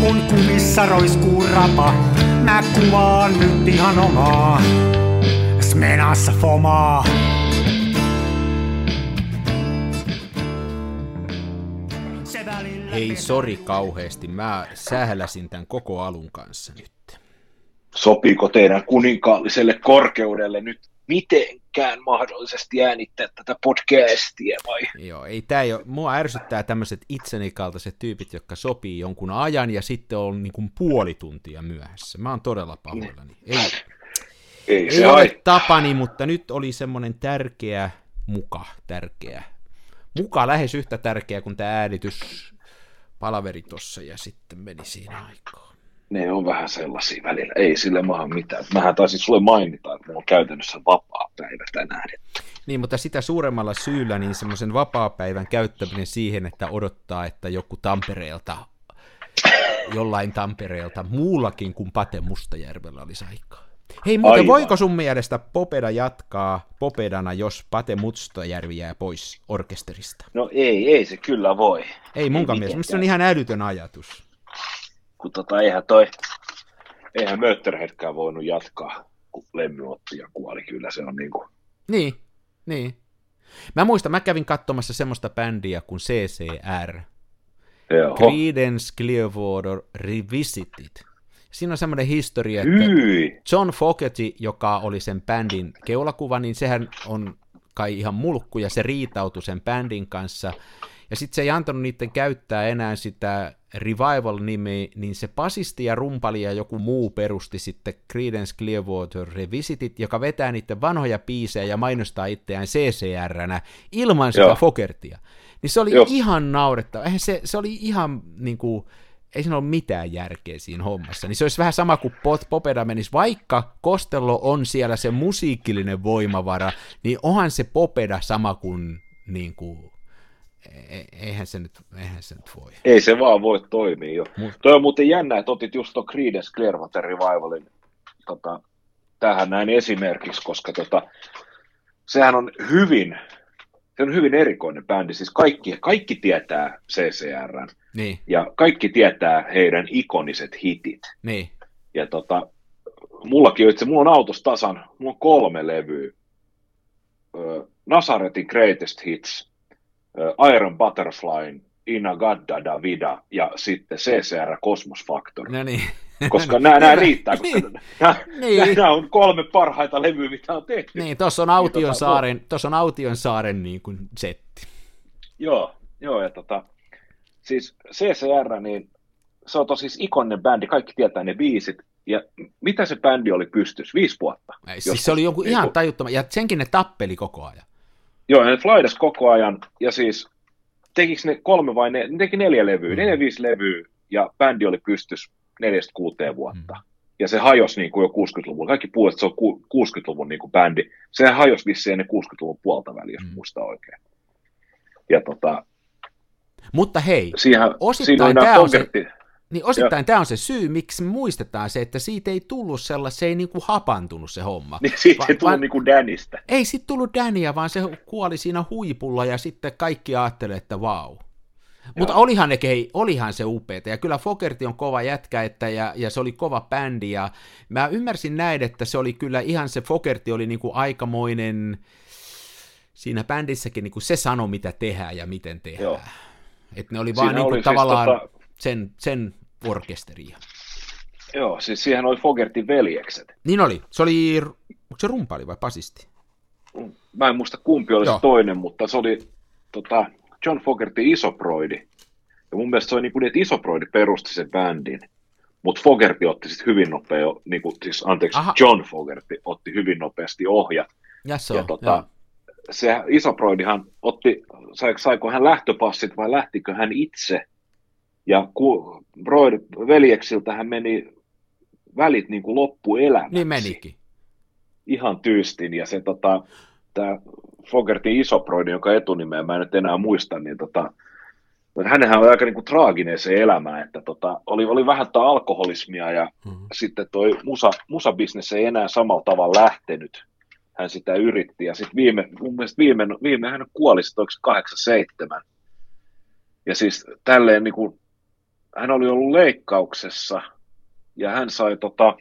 Mun kumissa roiskuu rapa, mä kuvaan nyt ihan omaa Smenassa fomaa. Hei, sori kauheasti. Mä sähläsin tämän koko alun kanssa nyt. Sopiiko teidän kuninkaalliselle korkeudelle nyt mitenkään mahdollisesti äänittää tätä podcastia vai? Joo, ei ole. Mua ärsyttää tämmöiset itseni kaltaiset tyypit, jotka sopii jonkun ajan ja sitten on niin kuin puoli tuntia myöhässä. Mä oon todella pahoillani. Ei ole tapani, mutta nyt oli semmoinen tärkeä. Muka lähes yhtä tärkeä kuin tämä äänityspalaveri tossa ja sitten meni siinä aikaa. Ne on vähän sellaisia välillä, ei sille maahan mitään. Mähän taisin sulle mainita, että mulla on käytännössä vapaa päivä tänään. Niin, mutta sitä suuremmalla syyllä niin semmoisen vapaapäivän käyttäminen siihen, että odottaa, että joku jollain Tampereelta muullakin kuin Pate Mustajärvellä olisi aikaa. Hei, muuten aivan. Voiko sun mielestä Popeda jatkaa Popedana, jos Pate Mustajärvi jää pois orkesterista? No ei se kyllä voi. Ei munkaan mielestä, se on ihan älytön ajatus. Kun eihän Mötterheadkään voinut jatkaa, kun Lemmy otti ja kuoli, kyllä se on niinku. Niin. Mä muistan, mä kävin katsomassa semmoista bändiä kuin CCR. Joo. Creedence Clearwater Revisited. Siinä on semmoinen historia, että John Fogerty, joka oli sen bändin keulakuva, niin sehän on kai ihan mulkku, ja se riitautui sen bändin kanssa. Ja sitten se ei antanut niiden käyttää enää sitä Revival-nimeä, niin se basisti ja rumpali ja joku muu perusti sitten Creedence Clearwater Revisited, joka vetää niiden vanhoja biisejä ja mainostaa itseään CCR-nä ilman sitä Fogertya. Niin se oli ihan naurettava. Eihän se oli ihan niinku, ei siinä ole mitään järkeä siinä hommassa. Niin se olisi vähän sama kuin Popeda menisi, vaikka Costello on siellä se musiikillinen voimavara, niin onhan se Popeda sama kuin niinku, eihän se nyt voi. Ei se vaan voi toimia jo. Toi on muuten jännä, että otit just tuon Creedence Clearwater Revivalin tähän näin esimerkiksi, koska sehän on hyvin erikoinen bändi. Siis kaikki tietää CCR:n niin. Ja kaikki tietää heidän ikoniset hitit. Niin. Ja mullakin mulla on autossa tasan, mulla on 3 levyä. Nazarethin Greatest Hits, Iron Butterfly, Ina Gadda Da Vida ja sitten CCR Cosmos Factor. No niin. Koska nämä riittää, koska nämä on 3 parhaita levyä, mitä on tehty. Niin, tuossa on Autionsaaren niin kuin setti. Joo, ja siis CCR, niin se on siis ikoninen bändi, kaikki tietää ne biisit. Ja mitä se bändi oli pystyssä? 5 vuotta? Siis se oli joku ihan tajuttoma, ja senkin ne tappeli koko ajan. Joo, ne flaidas koko ajan, ja siis tekikö ne 3 vai ne teki 4 levyä, 4-5 levyä, ja bändi oli pystyssä 4-6 vuotta. Ja se hajosi niin kuin jo 60-luvulla. Kaikki puhuvat, että se on 60-luvun niin kuin bändi. Se hajosi vissiin ennen 60-luvun puolta väliä, jos muistaa oikein. Ja mutta hei, osittain tämä on se syy, miksi me muistetaan se, että siitä ei tullut se ei niinku hapantunut se homma. Niin siitä ei tullut niinku Danista. Ei siitä tullut Dania, vaan se kuoli siinä huipulla ja sitten kaikki ajattelee, että vau. Mutta olihan se upeeta, ja kyllä Fogerty on kova jätkä, ja se oli kova bändi, ja mä ymmärsin näin, että se oli kyllä ihan se Fogerty oli niinku aikamoinen, siinä bändissäkin niinku se sanoi, mitä tehdään ja miten tehdään. Että ne oli vaan niinku siis tavallaan sen orkesteria. Joo, siis siihen oli Fogertyn veljekset. Niin oli, onko se rumpali vai basisti? Mä en muista kumpi oli se toinen, mutta se oli John Fogertyn isoproidi. Ja mun mielestä se oli niin kuin, että isoproidi perusti sen bändin, mutta Fogerty otti sitten hyvin John Fogerty otti hyvin nopeasti ohjat. Se isoproidihan saiko hän lähtöpassit vai lähtikö hän itse? Ja veljeksiltä hän meni välit niin kuin loppuelämäksi. Niin menikin. Ihan tyystin, ja se tämä Fogertyn isoproidi, jonka etunimeä mä en nyt enää muista, niin hänenhän oli aika niin kuin traaginen se elämä, että oli vähän alkoholismia, ja sitten toi musabisnes ei enää samalla tavalla lähtenyt. Hän sitä yritti, ja sitten mun mielestä viime hän kuoli sitten 87. Ja siis tälleen niin kuin, hän oli ollut leikkauksessa ja hän sai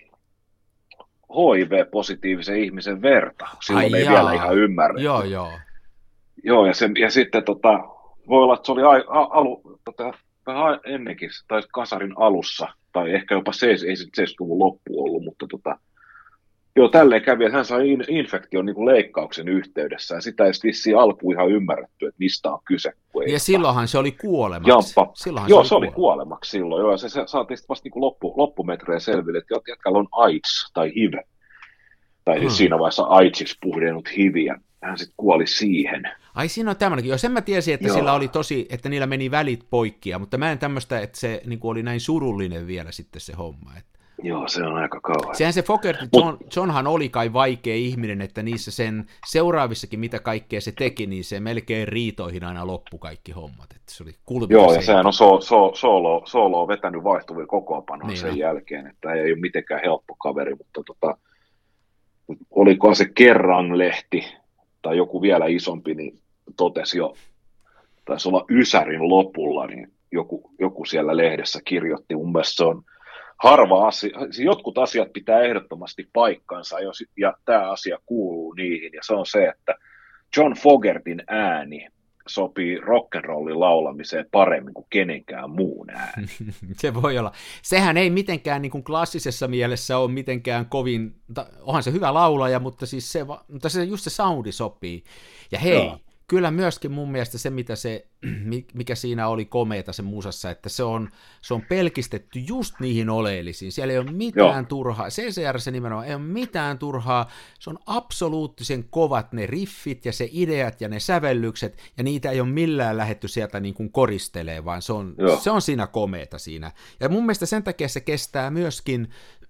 HIV-positiivisen ihmisen verta. Silloin ei vielä ihan ymmärretty. Joo. Joo, ja sitten voi olla, että se oli vähän ennenkin, tai kasarin alussa, tai ehkä jopa ei se 70-luvun loppu ollut, mutta joo, tälleen kävi, että hän sai infektion niin kuin leikkauksen yhteydessä, ja sitä ei vissiin alkuun ihan ymmärretty, että mistä on kyse. Ja silloinhan se oli kuolemaksi. Se oli kuolemaksi silloin, joo, ja se saatiin sitten vasta niin loppumetreillä selville, että jätkällä on AIDS tai HIV, tai siis siinä vaiheessa AIDSiksi puhdennut HIV, ja hän sitten kuoli siihen. Ai siinä on tämmöinenkin. Jo sen mä tiesin, että sillä oli että niillä meni välit poikki, mutta mä en tämmöistä, että se niin oli näin surullinen vielä sitten se homma. Että... Joo, se on aika kauan. Sehän se Fogerty Johnhan oli kai vaikea ihminen, että niissä sen seuraavissakin, mitä kaikkea se teki, niin se melkein riitoihin aina loppu kaikki hommat. Että se oli joo, ja sehän on solo on vetänyt vaihtuvia kokoonpanoja niin sen jälkeen, että ei ole mitenkään helppo kaveri, mutta olikohan se Kerrang-lehti tai joku vielä isompi, niin totesi jo, taisi olla Ysärin lopulla, niin joku siellä lehdessä kirjoitti, mun mielestä se on harva asia, jotkut asiat pitää ehdottomasti paikkansa, ja tämä asia kuuluu niihin, ja se on se, että John Fogertyn ääni sopii rock'n'rollin laulamiseen paremmin kuin kenenkään muun ääni. Se voi olla. Sehän ei mitenkään niin kuin klassisessa mielessä ole mitenkään kovin, onhan se hyvä laulaja, mutta siis just se soundi sopii. Ja hei, kyllä myöskin mun mielestä se, mikä siinä oli komeeta se musassa, että se on pelkistetty just niihin oleellisiin. Siellä ei ole mitään turhaa. CCR se nimenomaan ei ole mitään turhaa. Se on absoluuttisen kovat ne riffit ja se ideat ja ne sävellykset, ja niitä ei ole millään lähdetty sieltä niin kuin koristelemaan, vaan se on siinä komeeta siinä. Ja mun mielestä sen takia se kestää myöskin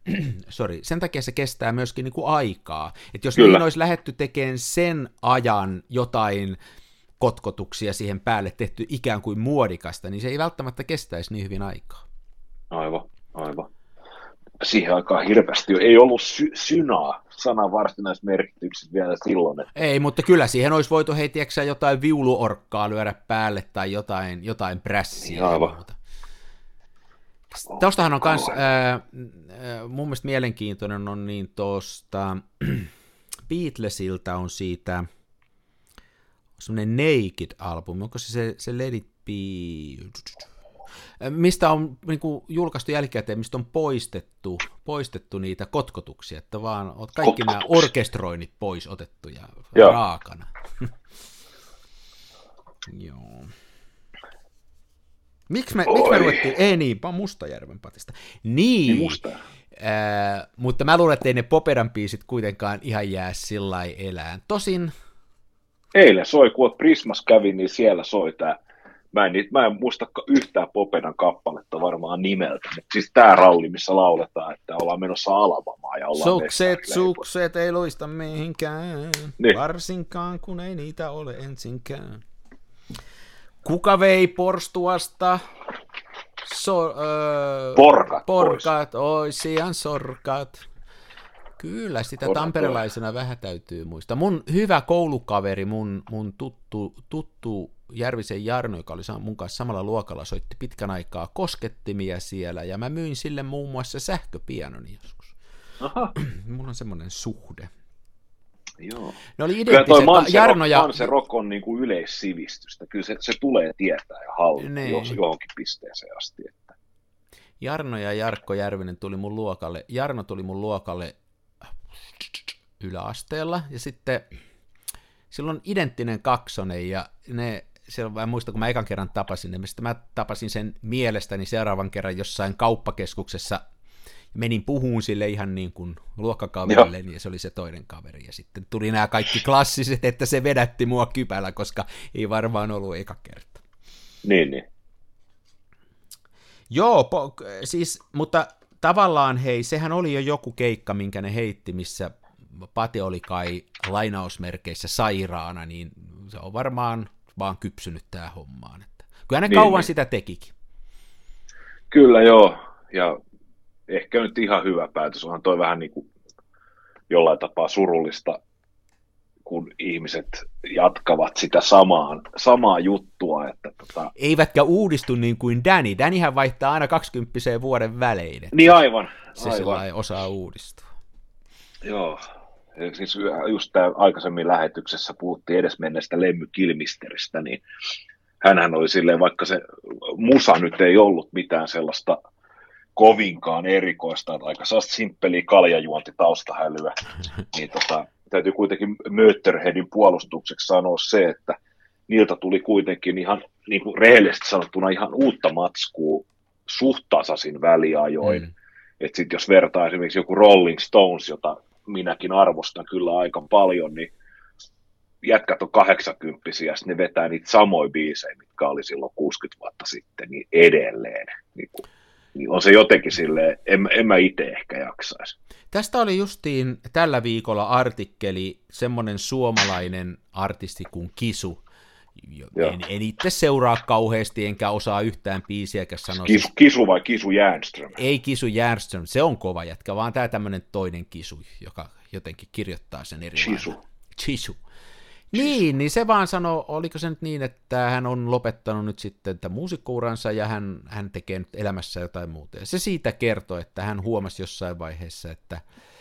niin kuin aikaa. Että jos niin olisi lähdetty tekemään sen ajan jotain kotkotuksia siihen päälle tehty ikään kuin muodikasta, niin se ei välttämättä kestäisi niin hyvin aikaa. Aivan. Siihen aikaan hirveästi ei ollut synaa sanan varsinaismerkityksessä vielä silloin. Että... Ei, mutta kyllä siihen olisi voitu jotain viuluorkkaa lyödä päälle tai jotain prässiä. Aivan. Tuostahan on myös, mun mielestä mielenkiintoinen on niin tuosta Beatlesilta on siitä semmoinen Naked-albumi, onko se Let It Be, mistä on niin kuin julkaistu jälkikäteen, mistä on poistettu niitä kotkotuksia, että vaan olet kaikki nämä orkestroinnit pois otettuja raakana. Joo. Miksi me ruvettiin? Ei niin, Mustajärven patista. Niin. Mutta mä luulen, että ei ne Popedan biisit kuitenkaan ihan jää sillä lailla elään. Tosin... Eilen soi, kun Prismas kävi, niin siellä soi tää. Mä en muista yhtään Popedan kappaletta varmaan nimeltä, mutta siis tää ralli, missä lauletaan, että ollaan menossa Alabamaan ja ollaan Sukset ei luista mihinkään, niin. Varsinkaan kun ei niitä ole ensinkään. Kuka vei porstuasta? Porkat, oisian sorkat. Kyllä, sitä tamperelaisena vähän täytyy muistaa. Mun hyvä koulukaveri, mun tuttu Järvisen Jarno, joka oli mun kanssa samalla luokalla, soitti pitkän aikaa koskettimia siellä, ja mä myin sille muun muassa sähköpianon joskus. Aha. Mulla on semmoinen suhde. Joo. Ne oli identtiset. Manse Rock on niin kuin yleissivistystä. Kyllä se tulee tietää ja hallita johonkin pisteeseen asti. Että. Jarno ja Jarkko Järvinen tuli mun luokalle. Jarno tuli mun luokalle yläasteella, ja sitten silloin identtinen kaksonen, ja mä muistan, kun mä ekan kerran tapasin ne, mistä mä tapasin sen mielestäni seuraavan kerran jossain kauppakeskuksessa, menin puhuun sille ihan niin kuin luokkakaverille, ja se oli se toinen kaveri, ja sitten tuli nämä kaikki klassiset, että se vedätti mua kypällä, koska ei varmaan ollut eka kerta. Niin. Joo, siis, mutta tavallaan hei, sehän oli jo joku keikka, minkä ne heitti, missä Pate oli kai lainausmerkeissä sairaana, niin se on varmaan vaan kypsynyt tähän hommaan. Että kyllä ne kauan sitä tekikin. Kyllä joo, ja ehkä nyt ihan hyvä päätös, onhan toi vähän niin kuin jollain tapaa surullista kun ihmiset jatkavat sitä samaa juttua. Että Eivätkä uudistu niin kuin Danny. Dannyhän vaihtaa aina 20 vuoden välein. Niin aivan. Se sellainen osaa uudistua. Joo. Siis just tämä aikaisemmin lähetyksessä puhuttiin edesmenneestä Lemmy Kilmisteristä, niin hänhän oli silleen, vaikka se musa nyt ei ollut mitään sellaista kovinkaan erikoista, että aika sellaista simppeliä kaljajuonti taustahälyä, niin täytyy kuitenkin Motörheadin puolustukseksi sanoa se, että niiltä tuli kuitenkin ihan niin kuin rehellisesti sanottuna ihan uutta matskua suht tasaisin väliajoin. Että sitten jos vertaa esimerkiksi joku Rolling Stones, jota minäkin arvostan kyllä aika paljon, niin jätkät on 80-vuotiaita, ja ne vetää niitä samoja biisejä, mitkä oli silloin 60 vuotta sitten, niin edelleen. Niin on se jotenkin silleen, en mä itse ehkä jaksaisi. Tästä oli justiin tällä viikolla artikkeli, semmoinen suomalainen artisti kuin Kisu. En itse seuraa kauheasti, enkä osaa yhtään biisiäkään sanoa. Kisu vai Kisu Järnström? Ei Kisu Järnström, se on kova jätkä, vaan tämä tämmöinen toinen Kisu, joka jotenkin kirjoittaa sen eri Chisu. Niin se vaan sanoi, oliko se nyt niin, että hän on lopettanut nyt sitten tämän muusikkouransa ja hän tekee nyt elämässä jotain muuta. Ja se siitä kertoi, että hän huomasi jossain vaiheessa, että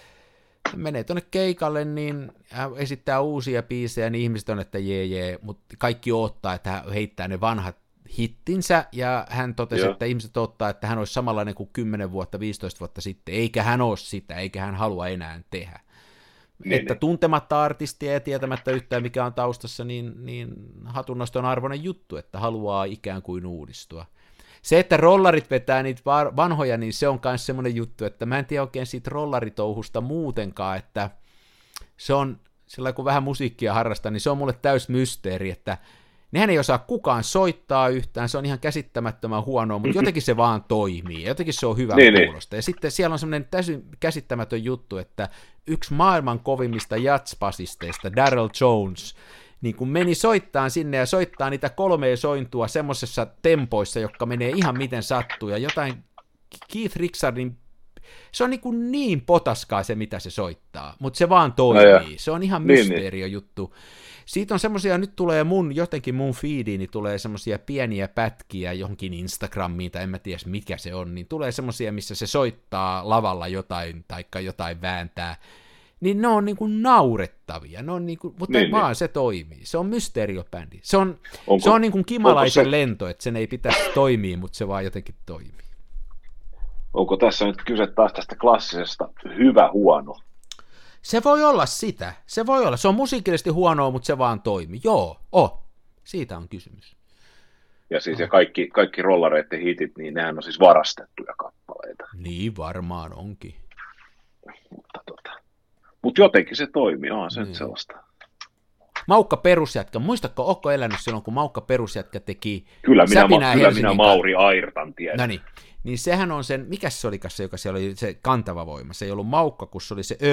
menee tuonne keikalle, niin hän esittää uusia biisejä, niin ihmiset on, että jee, mutta kaikki odottaa, että hän heittää ne vanhat hittinsä, ja hän totesi, että ihmiset odottaa, että hän olisi samanlainen kuin 10 vuotta, 15 vuotta sitten, eikä hän ole sitä, eikä hän halua enää tehdä. Että tuntematta artistia ja tietämättä yhtään mikä on taustassa, niin hatunnoston arvoinen juttu, että haluaa ikään kuin uudistua. Se, että rollarit vetää niitä vanhoja, niin se on myös semmoinen juttu, että mä en tiedä oikein siitä rollaritouhusta muutenkaan, että se on, sillä kun vähän musiikkia harrastaa, niin se on mulle täys mysteeri, että nehän ei osaa kukaan soittaa yhtään, se on ihan käsittämättömän huonoa, mutta jotenkin se vaan toimii, ja jotenkin se on hyvä kuulosta. Ja sitten siellä on semmoinen täysin käsittämätön juttu, että yksi maailman kovimmista jatspasisteista, Darryl Jones, niin kun meni soittaa sinne ja soittaa niitä 3 sointua semmoisessa tempoissa, jotka menee ihan miten sattuu, ja jotain Keith Richardin, se on niin potaskaa se, mitä se soittaa, mutta se vaan toimii, se on ihan mysteerio juttu. Siitä on semmoisia, nyt tulee jotenkin mun feediini tulee semmoisia pieniä pätkiä johonkin Instagramiin, tai en mä tiedä mikä se on, niin tulee semmoisia, missä se soittaa lavalla jotain, taikka jotain vääntää, niin ne on niinku naurettavia, ne on niinku, mutta vaan se toimii, se on mysteeriobändi, se on niin kuin Kimalaisen lento, että sen ei pitäisi toimia, mutta se vaan jotenkin toimii. Onko tässä nyt kyse taas tästä klassisesta hyvä-huono? Se voi olla sitä, se voi olla, se on musiikillisesti huonoa, mutta se vaan toimii, siitä on kysymys. Ja siis ja kaikki rollareiden hitit, niin nehän on siis varastettuja kappaleita. Niin varmaan onkin. Mutta jotenkin se toimii, se nyt sellaista. Maukka Perusjätkä, muistatko, ootko elänyt silloin, kun Maukka Perusjätkä teki Kyllä minä Mauri Airtan tiedän. No niin sehän on sen, mikä se olikaan se, joka siellä oli se kantava voima, se ei ollut Maukka, kun se oli se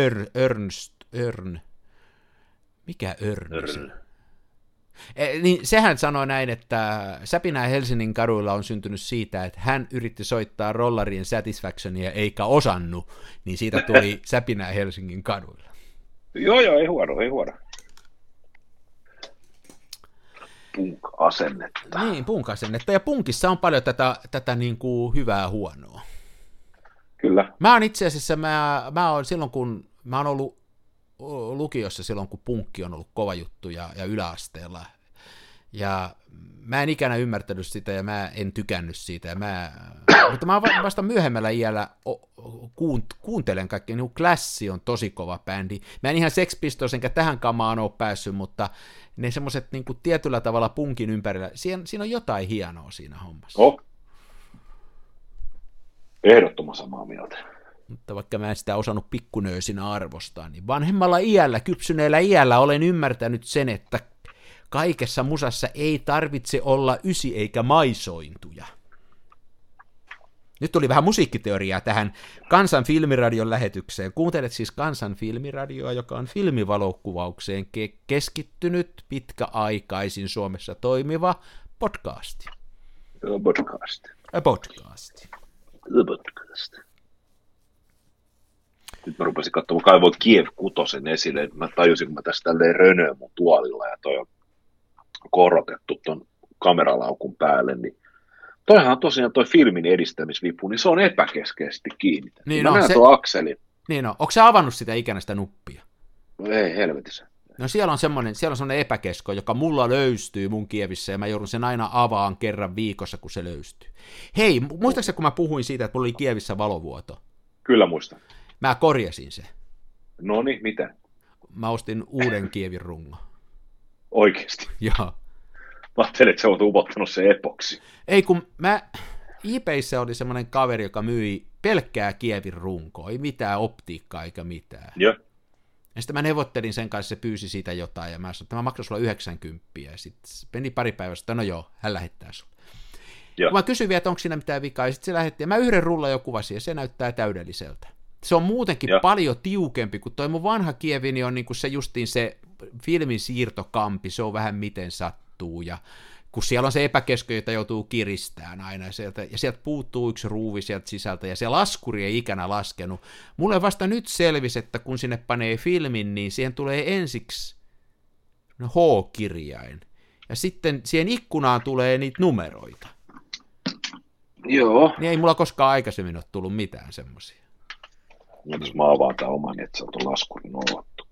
mikä Örn? Niin sehän sanoi näin, että Säpinää Helsingin kaduilla on syntynyt siitä, että hän yritti soittaa rollarien Satisfactionia eikä osannut, niin siitä tuli Säpinää Helsingin kaduilla. Joo, ei huono. Punk-asennetta. Niin, punk-asennetta, ja punkissa on paljon tätä niin kuin hyvää huonoa. Kyllä. Mä oon itse asiassa, mä oon silloin, kun mä oon ollut lukiossa silloin, kun punkki on ollut kova juttu ja yläasteella, ja mä en ikänä ymmärtänyt sitä, ja mä en tykännyt siitä, mutta mä vasta myöhemmällä iällä kuuntelen kaikkea, niin Clash on tosi kova bändi. Mä en ihan Sex Pistols enkä tähän kamaan ole päässyt, mutta ne semmoiset niin kuin tietyllä tavalla punkin ympärillä, siinä on jotain hienoa siinä hommassa. Ehdottoman samaa mieltä. Mutta vaikka mä en sitä osannut pikkunöösinä arvostaa, niin vanhemmalla iällä, kypsyneellä iällä olen ymmärtänyt sen, että kaikessa musassa ei tarvitse olla ysi eikä maisointuja. Nyt tuli vähän musiikkiteoriaa tähän Kansan filmiradion lähetykseen. Kuuntelet siis Kansan filmiradioa, joka on filmivalokuvaukseen keskittynyt, pitkäaikaisin Suomessa toimiva podcasti. Podcast. Nyt mä rupesin katsomaan, kaivoin Kiev 6 esille, mä tajusin, kun mä tässä tälleen rönöön mun tuolilla ja toi on korotettu ton kameralaukun päälle, niin toihan tosiaan toi filmin edistämisvipu, niin se on epäkeskeisesti kiinnitetty. Niin mä näen tuon akselin. Niin on. Onko sä avannut sitä ikänä sitä nuppia? No ei helvetissä. No siellä on semmoinen epäkesko, joka mulla löystyy mun Kievissä, ja mä joudun sen aina avaan kerran viikossa, kun se löystyy. Hei, muistaakseni kun mä puhuin siitä, että mulla oli Kievissä valovuoto? Kyllä muistan. Mä korjasin se. Noniin, mitä? Mä ostin uuden Kievin rungon. Oikeesti? Joo. Mä ajattelin, että sä oot upottanut se epoksi. Ei kun eBayssä oli semmoinen kaveri, joka myi pelkkää Kievin runkoa, ei mitään optiikkaa eikä mitään. Joo. Ja sitten mä neuvottelin sen kanssa, se pyysi siitä jotain, ja mä sanoin, että mä maksan sulla 90, ja sitten meni pari päivää, että no joo, hän lähettää sulle. Kun mä kysyin vielä, että onko siinä mitään vikaa, ja sitten se lähetti, ja mä yhden rullan jo kuvasin, ja se näyttää täydelliseltä. Se on muutenkin paljon tiukempi, kun toi mun vanha Kievi, niin on niin kuin se justiin se filmin siirtokampi, se on vähän miten sattuu, ja kun siellä on se epäkesko, jota joutuu kiristämään aina, ja sieltä puuttuu yksi ruuvi sieltä sisältä, ja se laskuri ei ikänä laskenut. Mulle vasta nyt selvisi, että kun sinne panee filmin, niin siihen tulee ensiksi H-kirjain, ja sitten siihen ikkunaan tulee niitä numeroita. Joo. Niin ei mulla koskaan aikaisemmin ole tullut mitään semmoisia. Jos mä avaan tämän oman, että se on laskurin avattu.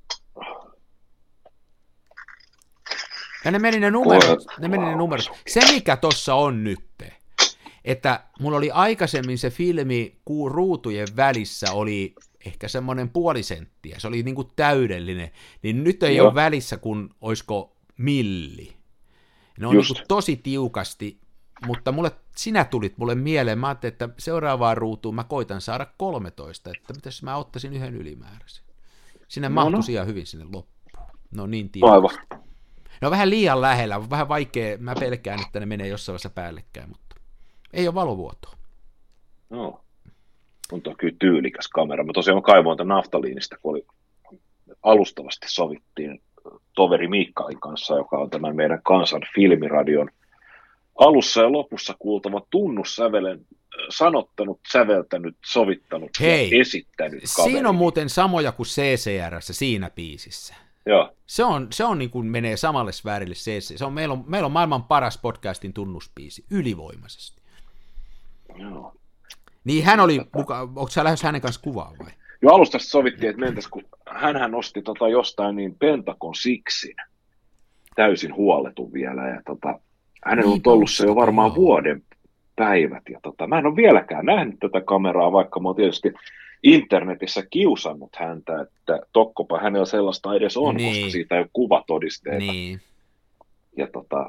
Ja ne meni ne numerot. Se mikä tossa on nyt, että mulla oli aikaisemmin se filmi ruutujen välissä oli ehkä semmoinen puoli senttiä, se oli niinku täydellinen, niin nyt ei ole välissä kun oisko milli. Ne on niinku tosi tiukasti, mutta sinä tulit mulle mieleen, mä ajattelin, että seuraavaan ruutuun mä koitan saada 13, että mitäs mä ottaisin yhden ylimääräisen. Sinne mahtuisi ihan hyvin sinne loppuun. No niin tiukasti. Ne on vähän liian lähellä, vähän vaikea, mä pelkään, että ne menee jossain vaiheessa päällekkäin, mutta ei ole valovuotoa. No, on tuo kyllä tyylikäs kamera. Mä tosiaan kaivoin tämän naftaliinista, kun oli alustavasti sovittiin toveri Miikkalin kanssa, joka on tämän meidän Kansan filmiradion alussa ja lopussa kuultava tunnussävelen sanottanut, säveltänyt, sovittanut ja esittänyt kaveri. Siinä on muuten samoja kuin CCR:ssä siinä biisissä. Joo. Se on niin kuin menee samalle sfäärille CC. Meillä on maailman paras podcastin tunnusbiisi, ylivoimaisesti. Joo. Niin hän oli onko sä lähdössä hänen kanssa kuvaa vai? Jo alusta sovittiin, että mentäisiin, kun hänhän nosti jostain niin Pentagon Sixin täysin huoletun vielä, ja hänellä on ollut se jo varmaan vuoden päivät, ja mä en ole vieläkään nähnyt tätä kameraa, vaikka mä oon tietysti internetissä kiusannut häntä, että tokkopa hänellä sellaista edes on, koska siitä ei ole kuvatodisteita. Niin. Ja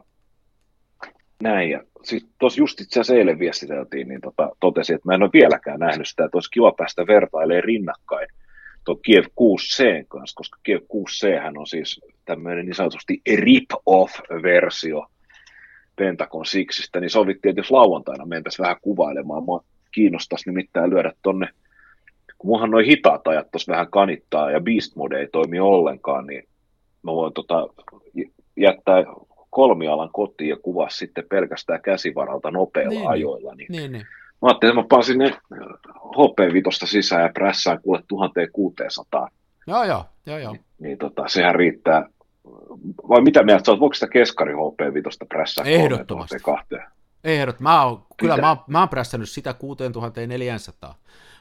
näin, ja sitten tuossa just itse asiassa eilen viestiteltiin, niin totesin, että mä en ole vieläkään nähnyt sitä, että olisi kiva päästä vertailemaan rinnakkain tuon Kiev 6C kanssa, koska Kiev 6C hän on siis tämmöinen niin sanotusti rip-off-versio Pentagon Sixistä, niin sovittiin, että jos lauantaina mentäisiin vähän kuvailemaan, mua kiinnostaisi nimittäin lyödä tonne, kun muahan noin hitaat ajat tuossa vähän kanittaa ja Beast Mode ei toimi ollenkaan, niin mä voin jättää kolmialan kotiin ja kuvaa sitten pelkästään käsivaralta nopeilla ajoilla. Niin. Mä ajattelin, että mä paan sinne HP5 sisään ja prässään kuule 1600. Joo. Niin sehän riittää. Vai mitä mieltä sä oot, voiko sitä keskari HP5 prässää 3200? Mä oon prässännyt sitä 6400.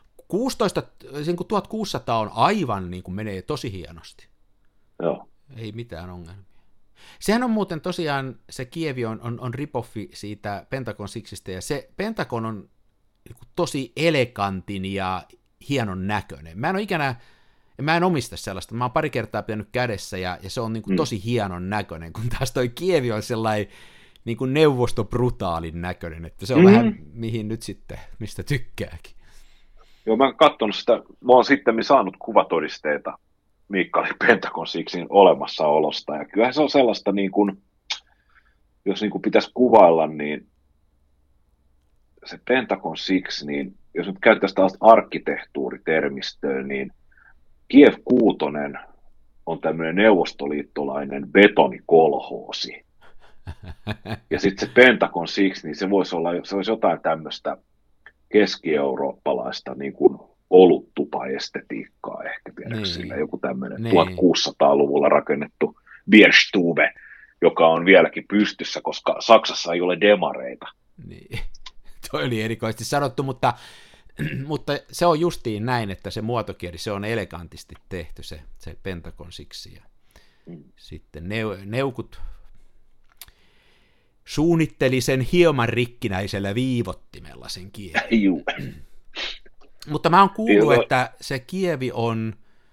1600 on aivan niin kuin menee tosi hienosti. Joo. Ei mitään ongelmia. Sehän on muuten tosiaan, se Kievi on ripoffi siitä Pentagon Sixistä, ja se Pentagon on tosi elegantin ja hienon näköinen. Mä en omista sellaista, mä oon pari kertaa pitänyt kädessä, ja se on niin kuin tosi hienon näköinen, kun taas toi Kievi on sellainen niin kuin neuvostobrutaalin näköinen, että se on vähän mihin nyt sitten, mistä tykkääkin. Joo, mä oon katsonut sitä, mä oon sitten saanut kuvatodisteita Miikkalin Pentagon Sixin olemassaolosta, ja kyllähän se on sellaista, niin kuin, jos niin kuin pitäisi kuvailla, niin se Pentagon Six, niin jos nyt käyttäisiin tällaista arkkitehtuuritermistöä, niin Kiev 6 on tämmöinen neuvostoliittolainen betonikolhoosi. Ja sitten se Pentagon Six, niin se olisi jotain tämmöistä keski-eurooppalaista niin kuin oluttupa-estetiikkaa. järjestyksellä, joku tämmöinen 1600-luvulla rakennettu Bierstube, joka on vieläkin pystyssä, koska Saksassa ei ole demareita. Niin. Toi oli erikoisesti sanottu, mutta se on justiin näin, että se muotokieli, se on elegantisti tehty, se Pentagon siksi. Ja sitten neukut suunnitteli sen hieman rikkinäisellä viivottimella sen kieli. Mutta mä oon kuullut, että se kievi on,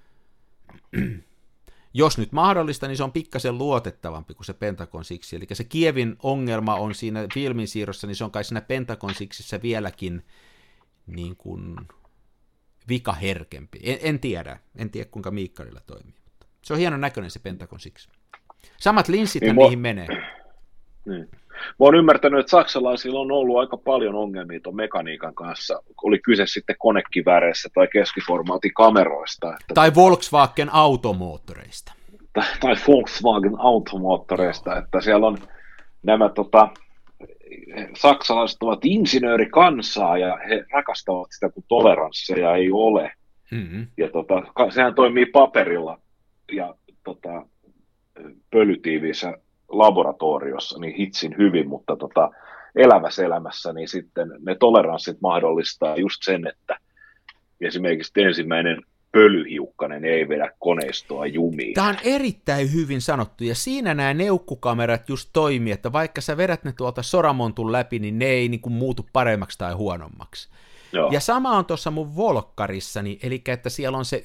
jos nyt mahdollista, niin se on pikkasen luotettavampi kuin se Pentagon siksi. Eli se kievin ongelma on siinä filmin siirrossa, niin se on kai siinä Pentagon siksissä vieläkin niin kuin vikaherkempi. En tiedä kuinka miikkarilla toimii. Mutta se on hienon näköinen se Pentagon siksi. Samat linssithän niihin menee. Niin. Mä oon ymmärtänyt, että saksalaisilla on ollut aika paljon ongelmia tuon mekaniikan kanssa. Oli kyse sitten konekivääreissä tai keskiformaatin kameroista. Tai Volkswagen automoottoreista. Tai Volkswagen automoottoreista, että siellä on nämä saksalaiset ovat insinöörikansaa ja he rakastavat sitä, kun toleransseja ei ole. Mm-hmm. Ja sehän toimii paperilla ja pölytiiviissä laboratoriossa niin hitsin hyvin, mutta elävässä elämässä niin sitten ne toleranssit mahdollistaa just sen, että esimerkiksi ensimmäinen pölyhiukkanen ei vedä koneistoa jumiin. Tämä on erittäin hyvin sanottu, ja siinä nämä neukkukamerat just toimii, että vaikka sä vedät ne tuolta soramontun läpi, niin ne ei niin kuin muutu paremmaksi tai huonommaksi. Joo. Ja sama on tuossa mun Volkkarissani, eli että siellä on se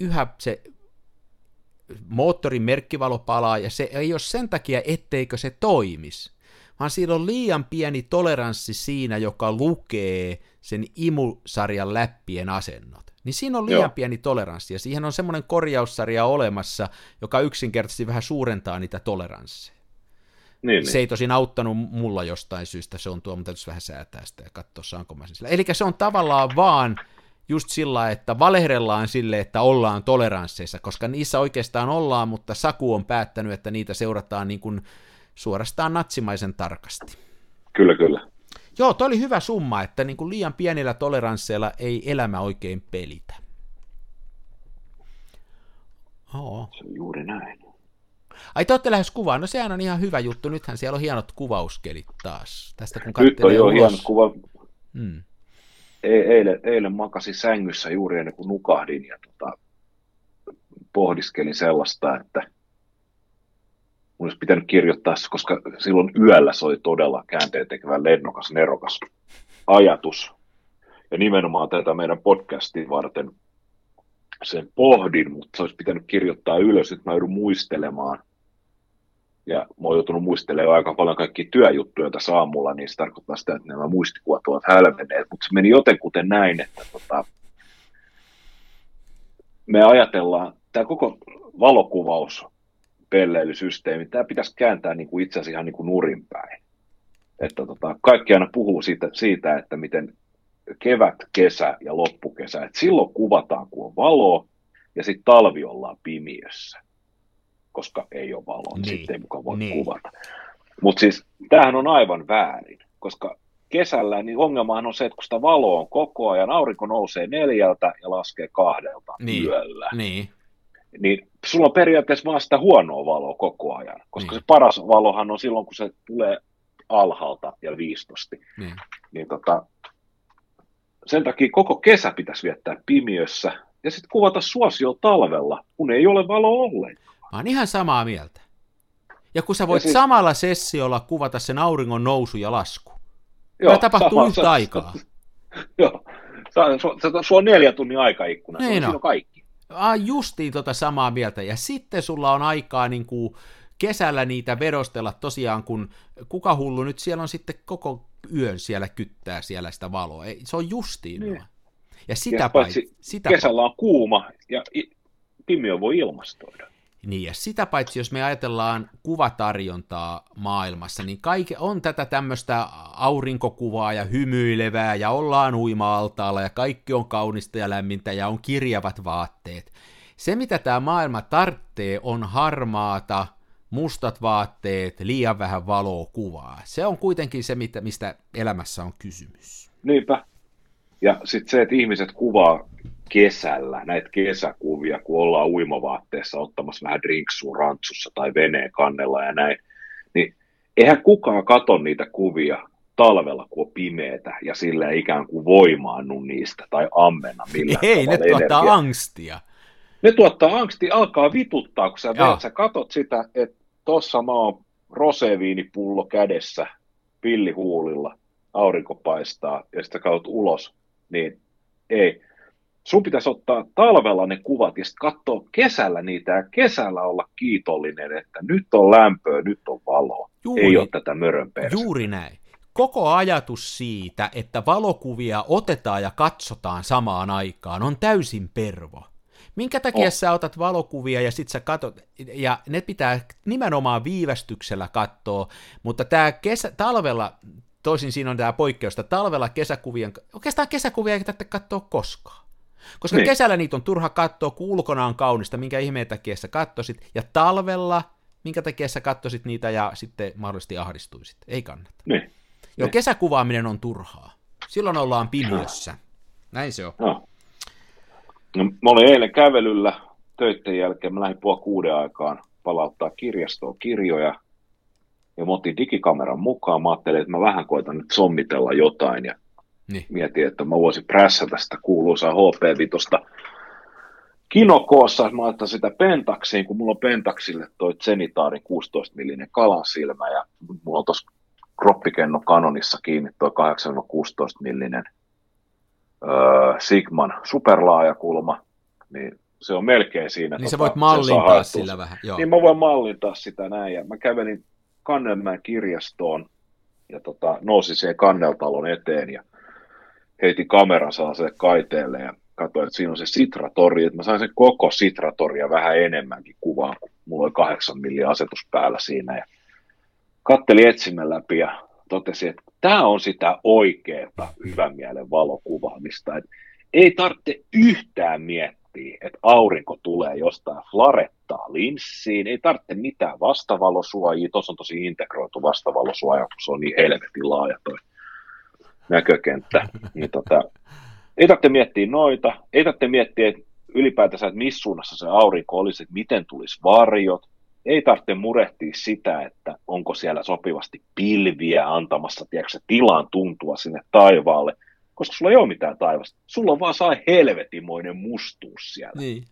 moottorin merkkivalo palaa, ja se ei ole sen takia, etteikö se toimisi, vaan siinä on liian pieni toleranssi siinä, joka lukee sen imusarjan läppien asennot. Niin siinä on liian pieni toleranssi, ja siihen on semmoinen korjaussarja olemassa, joka yksinkertaisesti vähän suurentaa niitä toleransseja. Niin. Se ei tosin auttanut mulla jostain syystä, se on mun täytyisi vähän säätää sitä ja katsoa, saanko mä sen sillä. Eli se on tavallaan vaan just sillä, että valehdellaan sille, että ollaan toleransseissa, koska niissä oikeastaan ollaan, mutta Saku on päättänyt, että niitä seurataan niin kuin suorastaan natsimaisen tarkasti. Kyllä. Joo, toi oli hyvä summa, että niin kuin liian pienillä toleransseilla ei elämä oikein pelitä. Se on juuri näin. Ai te olette lähes kuvaan, no sehän on ihan hyvä juttu, nythän siellä on hienot kuvauskelit taas. Tästä kun nyt on jo hienot kuva. Eilen makasin sängyssä juuri ennen kuin nukahdin ja pohdiskelin sellaista, että mun olisi pitänyt kirjoittaa se, koska silloin yöllä se oli todella käänteentekevä, lennokas, nerokas ajatus. Ja nimenomaan tätä meidän podcastin varten sen pohdin, mutta se olisi pitänyt kirjoittaa ylös, että mä joudun muistelemaan. Ja mä oon joutunut muistelemaan aika paljon kaikkia työjuttuja tässä aamulla, niin se tarkoittaa sitä, että nämä muistikuvat ovat hälvenneet. Mutta se meni jotenkuten näin, että me ajatellaan, tämä koko valokuvauspelleilysysteemi, tämä pitäisi kääntää niin kuin itse asiassa ihan niin kuin nurinpäin. Että kaikki aina puhuu siitä, että miten kevät, kesä ja loppukesä, että silloin kuvataan, kun on valoa, ja sitten talvi ollaan pimiössä, koska ei ole valoa, niin sitten ei mukaan voi kuvata. Mutta siis tämähän on aivan väärin, koska kesällä niin ongelmahan on se, että kun sitä valoa on koko ajan, aurinko nousee 4 ja laskee 2 yöllä, niin sulla on periaatteessa vaan sitä huonoa valoa koko ajan, koska se paras valohan on silloin, kun se tulee alhaalta ja viistosti. Niin sen takia koko kesä pitäisi viettää pimiössä ja sitten kuvata suosio talvella, kun ei ole valo ollenkaan. Mä oon ihan samaa mieltä. Ja kun sä voit samalla sessiolla kuvata sen auringon nousu ja lasku. Joo, tapahtuu yhtä aikaa. Joo, sulla on 4 tunnin aikaikkuna, siinä on kaikki. Justiin samaa mieltä. Ja sitten sulla on aikaa niin kuin kesällä niitä vedostella tosiaan, kun kuka hullu nyt siellä on sitten koko yön siellä kyttää siellä sitä valoa. Se on justiin niin. Ja sitä paitsi kesällä on kuuma ja pimiö voi ilmastoida. Niin, ja sitä paitsi, jos me ajatellaan kuvatarjontaa maailmassa, niin on tätä tämmöistä aurinkokuvaa ja hymyilevää, ja ollaan uima-altaalla, ja kaikki on kaunista ja lämmintä, ja on kirjavat vaatteet. Se, mitä tämä maailma tarvitsee, on harmaata, mustat vaatteet, liian vähän valoa kuvaa. Se on kuitenkin se, mistä elämässä on kysymys. Niinpä. Ja sitten se, että ihmiset kuvaa kesällä näitä kesäkuvia, kun ollaan uimavaatteessa ottamassa vähän drinksua rantsussa tai veneen kannella ja näin, niin eihän kukaan katso niitä kuvia talvella, kun on pimeätä ja sillä ikään kuin voimaannu niistä tai ammenna millään ei, ne tavalla tuottaa energiaa. angstia. Ne tuottaa angstia, alkaa vituttaa, kun sä katot sitä, että tossa mä oon roseviinipullo kädessä, pillihuulilla, aurinko paistaa ja sitten katsot ulos, niin ei. Sun pitäisi ottaa talvella ne kuvat ja sitten katsoa kesällä niitä ja kesällä olla kiitollinen, että nyt on lämpöä, nyt on valoa. Ei ole tätä mörönpersettä. Juuri näin. Koko ajatus siitä, että valokuvia otetaan ja katsotaan samaan aikaan, on täysin pervo. Minkä takia sä otat valokuvia ja sit sä katot, ja ne pitää nimenomaan viivästyksellä katsoa, mutta tää talvella, toisin siinä on tää poikkeusta, talvella oikeastaan kesäkuvia ei tarvitse katsoa koskaan. Koska niin. Kesällä niitä on turha katsoa, kun ulkona on kaunista, minkä ihmeen takia sä katsoisit, ja talvella, minkä takia sä katsoisit niitä ja sitten mahdollisesti ahdistuisit. Ei kannata. Niin. Joo, kesäkuvaaminen on turhaa. Silloin ollaan pimeössä. Näin se on. No, mä olin eilen kävelyllä töiden jälkeen, mä lähdin 5:30 aikaan palauttaa kirjastoon kirjoja, ja mä otin digikameran mukaan, mä ajattelin, että mä vähän koitan nyt sommitella jotain, ja mietin, että mä voisin prässätä sitä kuuluisaa HP-vitosta kinokoossa, mä laitan sitä Pentaxiin, kun mulla on Pentaxille toi Zenitaarin 16-millinen kalansilmä, ja mulla on tuossa kroppikenno Canonissa kiinni toi 8-16-millinen Sigman superlaajakulma, niin se on melkein siinä. Niin sä voit mallintaa sillä vähän. Joo. Niin mä voin mallintaa sitä näin, ja mä kävelin Kannelmäen kirjastoon, ja nousin siihen Kanneltalon eteen, ja heitin kameran sellaiselle kaiteelle, ja katsoin, että siinä on se Sitra-tori, että mä sain sen koko Sitra-toria vähän enemmänkin kuvaa, kun mulla oli 8 mm asetus päällä siinä, ja kattelin etsimän läpi, ja totesin, että tämä on sitä oikeaa hyvän mielen valokuvaamista. Et ei tarvitse yhtään miettiä, että aurinko tulee jostain flarettaa linssiin, ei tarvitse mitään vastavalosuojia, tuossa on tosi integroitu vastavalosuoja, kun se on niin helvetin laaja toi näkökenttä. Niin ei tarvitse miettiä noita, ei tarvitse miettiä että ylipäätänsä, että missä suunnassa se aurinko olisi, että miten tulisi varjot, ei tarvitse murehtia sitä, että onko siellä sopivasti pilviä antamassa tilan tuntua sinne taivaalle, koska sulla ei ole mitään taivasta. Sulla on vaan saa helvetimoinen mustuus siellä. Niin.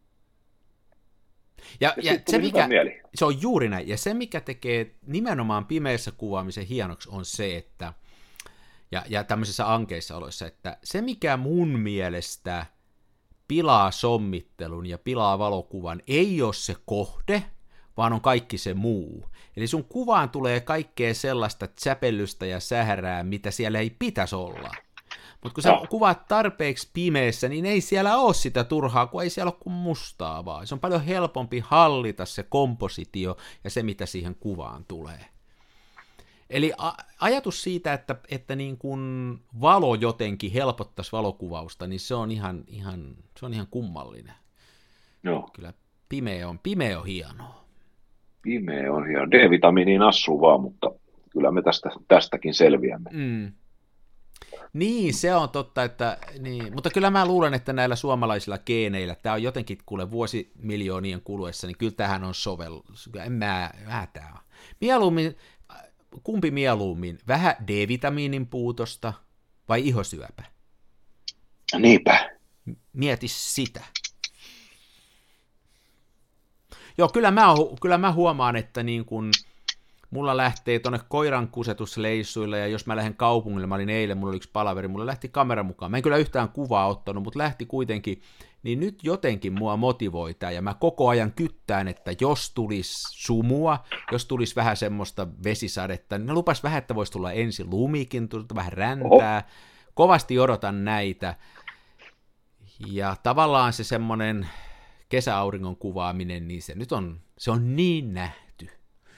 Ja se on juuri näin. Ja se, mikä tekee nimenomaan pimeässä kuvaamisen hienoksi, on se, että, ja tämmöisissä ankeissa oloissa, että se, mikä mun mielestä pilaa sommittelun ja pilaa valokuvan, ei ole se kohde, vaan on kaikki se muu. Eli sun kuvaan tulee kaikkea sellaista säpellystä ja sähärää, mitä siellä ei pitäisi olla. Mutta kun sä kuvaat tarpeeksi pimeässä, niin ei siellä ole sitä turhaa, kun ei siellä ole kuin mustaa vaan. Se on paljon helpompi hallita se kompositio ja se, mitä siihen kuvaan tulee. Eli ajatus siitä, että niin kun valo jotenkin helpottaisi valokuvausta, niin se on ihan kummallinen. Joo. Kyllä pimeä on hienoa. Pimeä on hienoa. D-vitamiiniin assuu vaan, mutta kyllä me tästäkin selviämme. Niin, se on totta, mutta kyllä mä luulen, että näillä suomalaisilla geeneillä, tämä on jotenkin kuule vuosimiljoonien kuluessa, niin kyllä tämähän on sovellus. Tämä on. Kumpi mieluummin, vähän D-vitamiinin puutosta vai ihosyöpä? Niinpä. Mieti sitä. Joo, kyllä mä huomaan, että niin kun mulla lähtee tuonne koirankusetusleissuille, ja jos mä lähden kaupungille, mä olin eilen, mulla oli yksi palaveri, mulla lähti kamera mukaan. Mä en kyllä yhtään kuvaa ottanut, mutta lähti kuitenkin, niin nyt jotenkin mua motivoi tää, ja mä koko ajan kyttään, että jos tulisi sumua, jos tulisi vähän semmoista vesisadetta, niin ne lupas vähän, että voisi tulla ensin lumikin, vähän räntää. Kovasti odotan näitä, ja tavallaan se semmoinen kesäauringon kuvaaminen, niin se on niin nähty.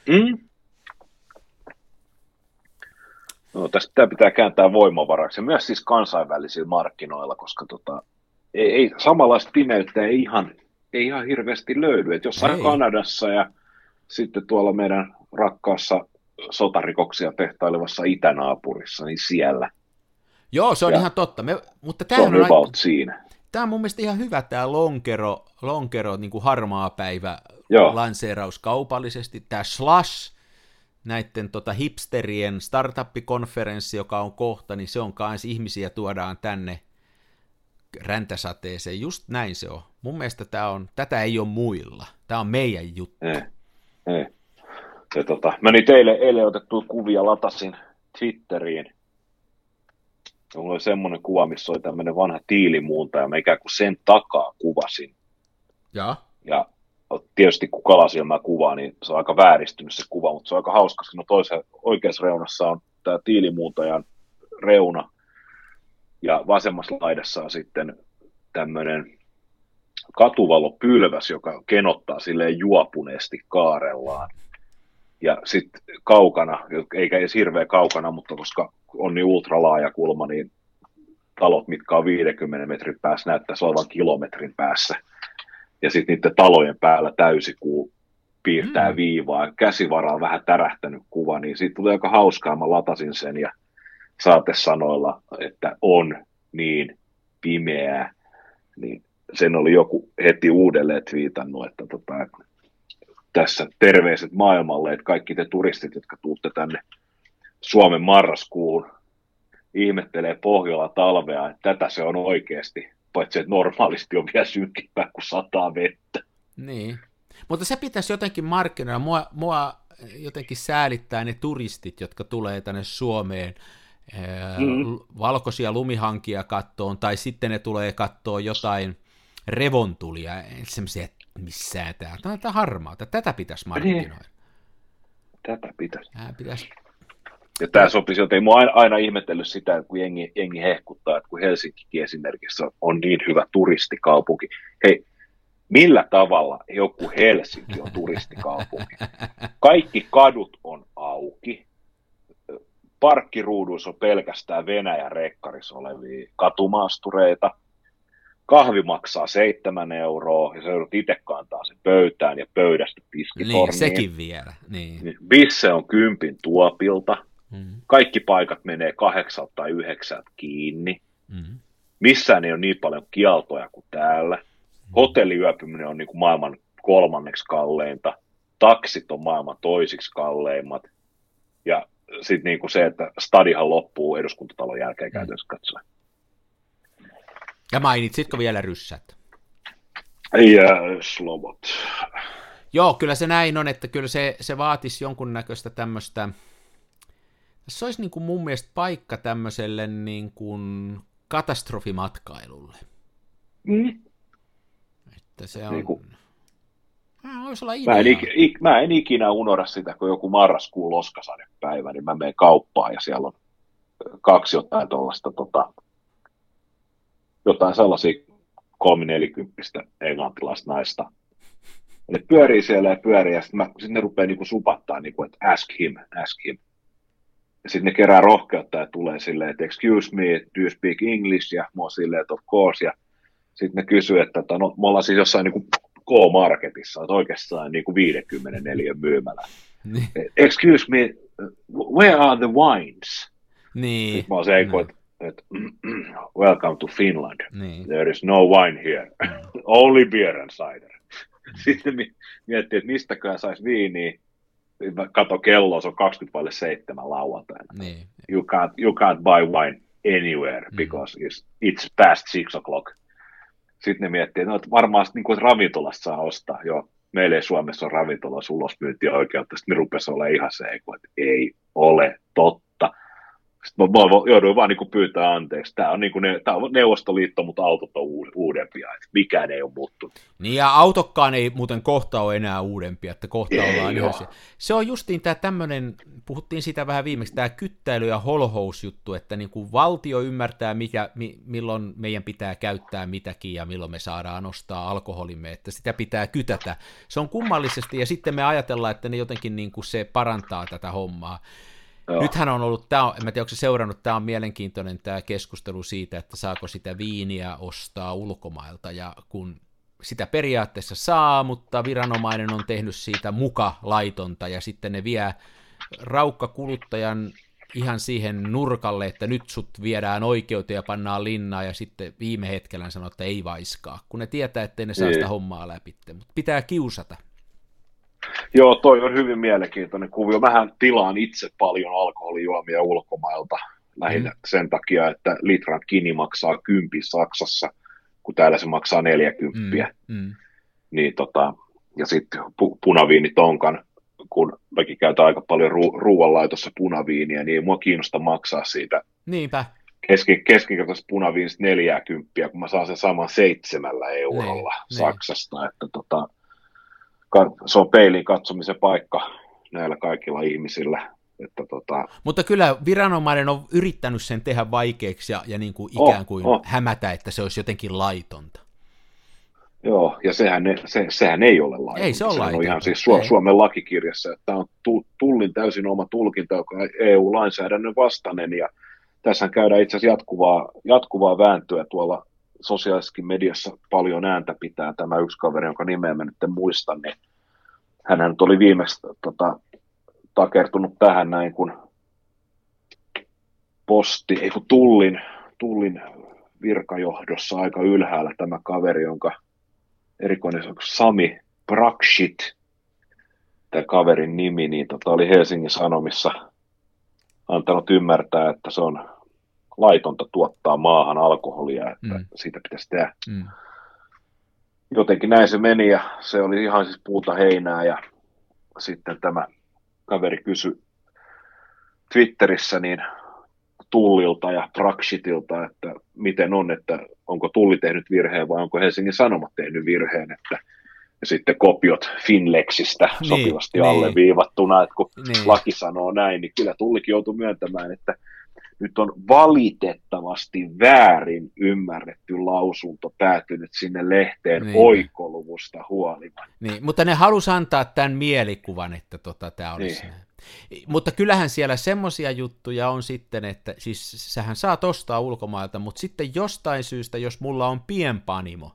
No, tästä pitää kääntää voimavaraksi, ja myös siis kansainvälisillä markkinoilla, koska ei samanlaista pimeyttä ei ihan hirveästi löydy. Et jossain Kanadassa ja sitten tuolla meidän rakkaassa sotarikoksia tehtailevassa itänaapurissa, niin siellä. Joo, se on ihan totta. Mutta se on about siinä. Tämä on mun mielestä ihan hyvä tämä lonkero niin kuin harmaa päivä lanseeraus kaupallisesti. Tämä Slush, näiden hipsterien startup-konferenssi, joka on kohta, niin se on kans ihmisiä tuodaan tänne räntäsateeseen. Just näin se on. Mun mielestä tätä ei ole muilla. Tämä on meidän juttu. Ei. Mä nyt eilen otettu kuvia latasin Twitteriin. Mulla oli semmoinen kuva, missä oli tämmöinen vanha tiilimuuntaja, ja mä ikään kuin sen takaa kuvasin. Ja tietysti kun kalasilmää kuvaa, niin se on aika vääristynyt se kuva, mutta se on aika hauska, koska toisen oikeassa reunassa on tämä tiilimuuntajan reuna, ja vasemmassa laidassa on sitten tämmöinen katuvalopylväs, joka kenottaa silleen juopuneesti kaarellaan. Ja sitten kaukana, eikä edes hirveän kaukana, mutta koska on niin ultralaaja kulma, niin talot, mitkä on 50 metrin päässä, näyttäisi olevan kilometrin päässä. Ja sitten niiden talojen päällä täysikuu piirtää viivaa. Käsivara on vähän tärähtänyt kuva, niin siitä tuli aika hauskaa. Mä latasin sen ja saatesanoilla, että on niin pimeää. Niin sen oli joku heti uudelleen twiitannut, että tässä terveiset maailmalle, että kaikki te turistit, jotka tuutte tänne Suomen marraskuun, ihmettelee Pohjola talvea, että tätä se on oikeasti, paitsi että normaalisti on vielä synkimpää, kun sataa vettä. Niin, mutta se pitäisi jotenkin markkinoida. Mua jotenkin säälittää ne turistit, jotka tulee tänne Suomeen valkoisia lumihankia kattoon, tai sitten ne tulee kattoon jotain revontulia, semmoisia, missään tämä on harmaata. Tätä pitäisi markkinoida. Tätä pitäisi. Ja tämä sopisi, joten mä oon aina ihmetellyt sitä, että kun jengi hehkuttaa, että kun Helsinkikin esimerkiksi on niin hyvä turistikaupunki. Hei, millä tavalla joku Helsinki on turistikaupunki? Kaikki kadut on auki. Parkkiruuduissa on pelkästään Venäjän rekkarissa olevia katumaastureita. Kahvi maksaa 7 euroa, ja sä joudut itse kantaa sen pöytään ja pöydästä tiskitorniin. Niin, sekin vielä. Niin. Bisse on 10 tuopilta. Kaikki paikat menee 8 tai 9 kiinni. Missään ei ole niin paljon kieltoja kuin täällä. Hotelliyöpyminen on niin kuin maailman 3. kalleinta. Taksit on maailman toisiksi kalleimmat. Ja sitten niin kuin se, että stadihan loppuu eduskuntatalon jälkeen käytännössä katsoen. Ja mainitsitko vielä ryssät? Slovot. Joo, kyllä se näin on, että kyllä se vaatisi jonkunnäköistä tämmöistä, se olisi niin kuin mun mielestä paikka tämmöiselle niin kuin katastrofimatkailulle. Että se on, voisi olla idea. Mä en ikinä unohda sitä, kun joku marraskuun loskasadepäivä, niin mä menen kauppaan ja siellä on 2 jotain tuollaista jotain sellaisia 3-40 englantilaista naista. Ne pyörii siellä ja pyörii, ja sitten ne rupeaa niinku supattaa, niinku, että ask him. Ja sitten ne kerää rohkeutta ja tulee silleen, että excuse me, do you speak English? Ja mä oon silleen, että of course. Ja sitten ne kysyy, että no, me ollaan siis jossain niinku K-marketissa, että oikeastaan niinku 54 myymälä. Excuse me, where are the wines? Niin. Sitten mä oon se, että welcome to Finland. Niin. There is no wine here. Only beer and cider. Sitten miettii, että mistäköhän saisi viiniä. Kato kelloa, se on 7:20 lauantaina. Niin. You can't buy wine anywhere because it's past 6 o'clock. Sitten ne miettii, että varmaan niin että ravintolasta saa ostaa. Joo, meillä ei Suomessa ole ravintolassa ulosmyyntioikeutta. Sitten ne rupesi olemaan ihan se, että ei ole totta. Sitten mä jouduin vaan niin pyytää anteeksi. Tämä on Neuvostoliitto, mutta autot on uudempia. Mikään ei ole muuttunut. Niin ja autokkaan ei muuten kohta ole enää uudempia, että kohta ollaan ihan se on justiin tämä tämmöinen, puhuttiin siitä vähän viimeksi, tämä kyttäily- ja holhousjuttu, että niin kuin valtio ymmärtää, milloin meidän pitää käyttää mitäkin ja milloin me saadaan ostaa alkoholimme, että sitä pitää kytätä. Se on kummallisesti ja sitten me ajatellaan, että ne jotenkin niin kuin se parantaa tätä hommaa. Joo. Nythän on ollut, en tiedä, onko se seurannut, tämä on mielenkiintoinen tämä keskustelu siitä, että saako sitä viiniä ostaa ulkomailta, ja kun sitä periaatteessa saa, mutta viranomainen on tehnyt siitä muka laitonta, ja sitten ne vie raukka kuluttajan ihan siihen nurkalle, että nyt sut viedään oikeuteen ja pannaan linnaan, ja sitten viime hetkellä sanoo, että ei vaiskaa, kun ne tietää, ettei ne saa sitä hommaa läpi, mutta pitää kiusata. Joo, toi on hyvin mielenkiintoinen kuvio. Mähän tilaan itse paljon alkoholijuomia ulkomailta, lähinnä sen takia, että litran kini maksaa 10 Saksassa, kun täällä se maksaa 40. Niin ja sitten punaviinitonkan, kun mäkin käytän aika paljon ruoanlaitossa punaviiniä, niin ei mua kiinnosta maksaa siitä Niinpä. Keskinkertaisesta punaviinista 40, kun mä saan sen saman 7 eurolla Saksasta, että se on peilin katsomisen paikka näillä kaikilla ihmisillä. Että Mutta kyllä viranomainen on yrittänyt sen tehdä vaikeaksi ja niin kuin ikään kuin hämätä, että se olisi jotenkin laitonta. Joo, ja sehän ei ole laitonta. Ei se ole laitonta. On ihan siis Suomen lakikirjassa, että tämä on Tullin täysin oma tulkinta, joka on EU-lainsäädännön vastainen, ja tässä käydään itse asiassa jatkuvaa vääntöä tuolla sosiaalisessa mediassa paljon ääntä pitää tämä yksi kaveri, jonka nimeä mä nyt en muista, niin hänhän oli viimeksi takertunut tähän näin, kun Tullin virkajohdossa aika ylhäällä tämä kaveri, jonka erikoinen on Sami Prakshit, tämä kaverin nimi, niin oli Helsingin Sanomissa antanut ymmärtää, että se on laitonta tuottaa maahan alkoholia, että siitä pitäisi tehdä. Jotenkin näin se meni, ja se oli ihan siis puuta heinää, ja sitten tämä kaveri kysyi Twitterissä niin Tullilta ja Prakshitilta, että miten on, että onko Tulli tehnyt virheen vai onko Helsingin Sanomat tehnyt virheen, ja sitten kopiot Finlexistä sopivasti alleviivattuna, että kun laki sanoo näin, niin kyllä Tullikin joutui myöntämään, että nyt on valitettavasti väärin ymmärretty lausunto päätynyt sinne lehteen oikoluvusta huolimatta. Niin, mutta ne halusi antaa tämän mielikuvan, että tämä olisi näin. Mutta kyllähän siellä semmoisia juttuja on sitten, että siis sähän saat ostaa ulkomailta, mutta sitten jostain syystä, jos mulla on pienpanimo,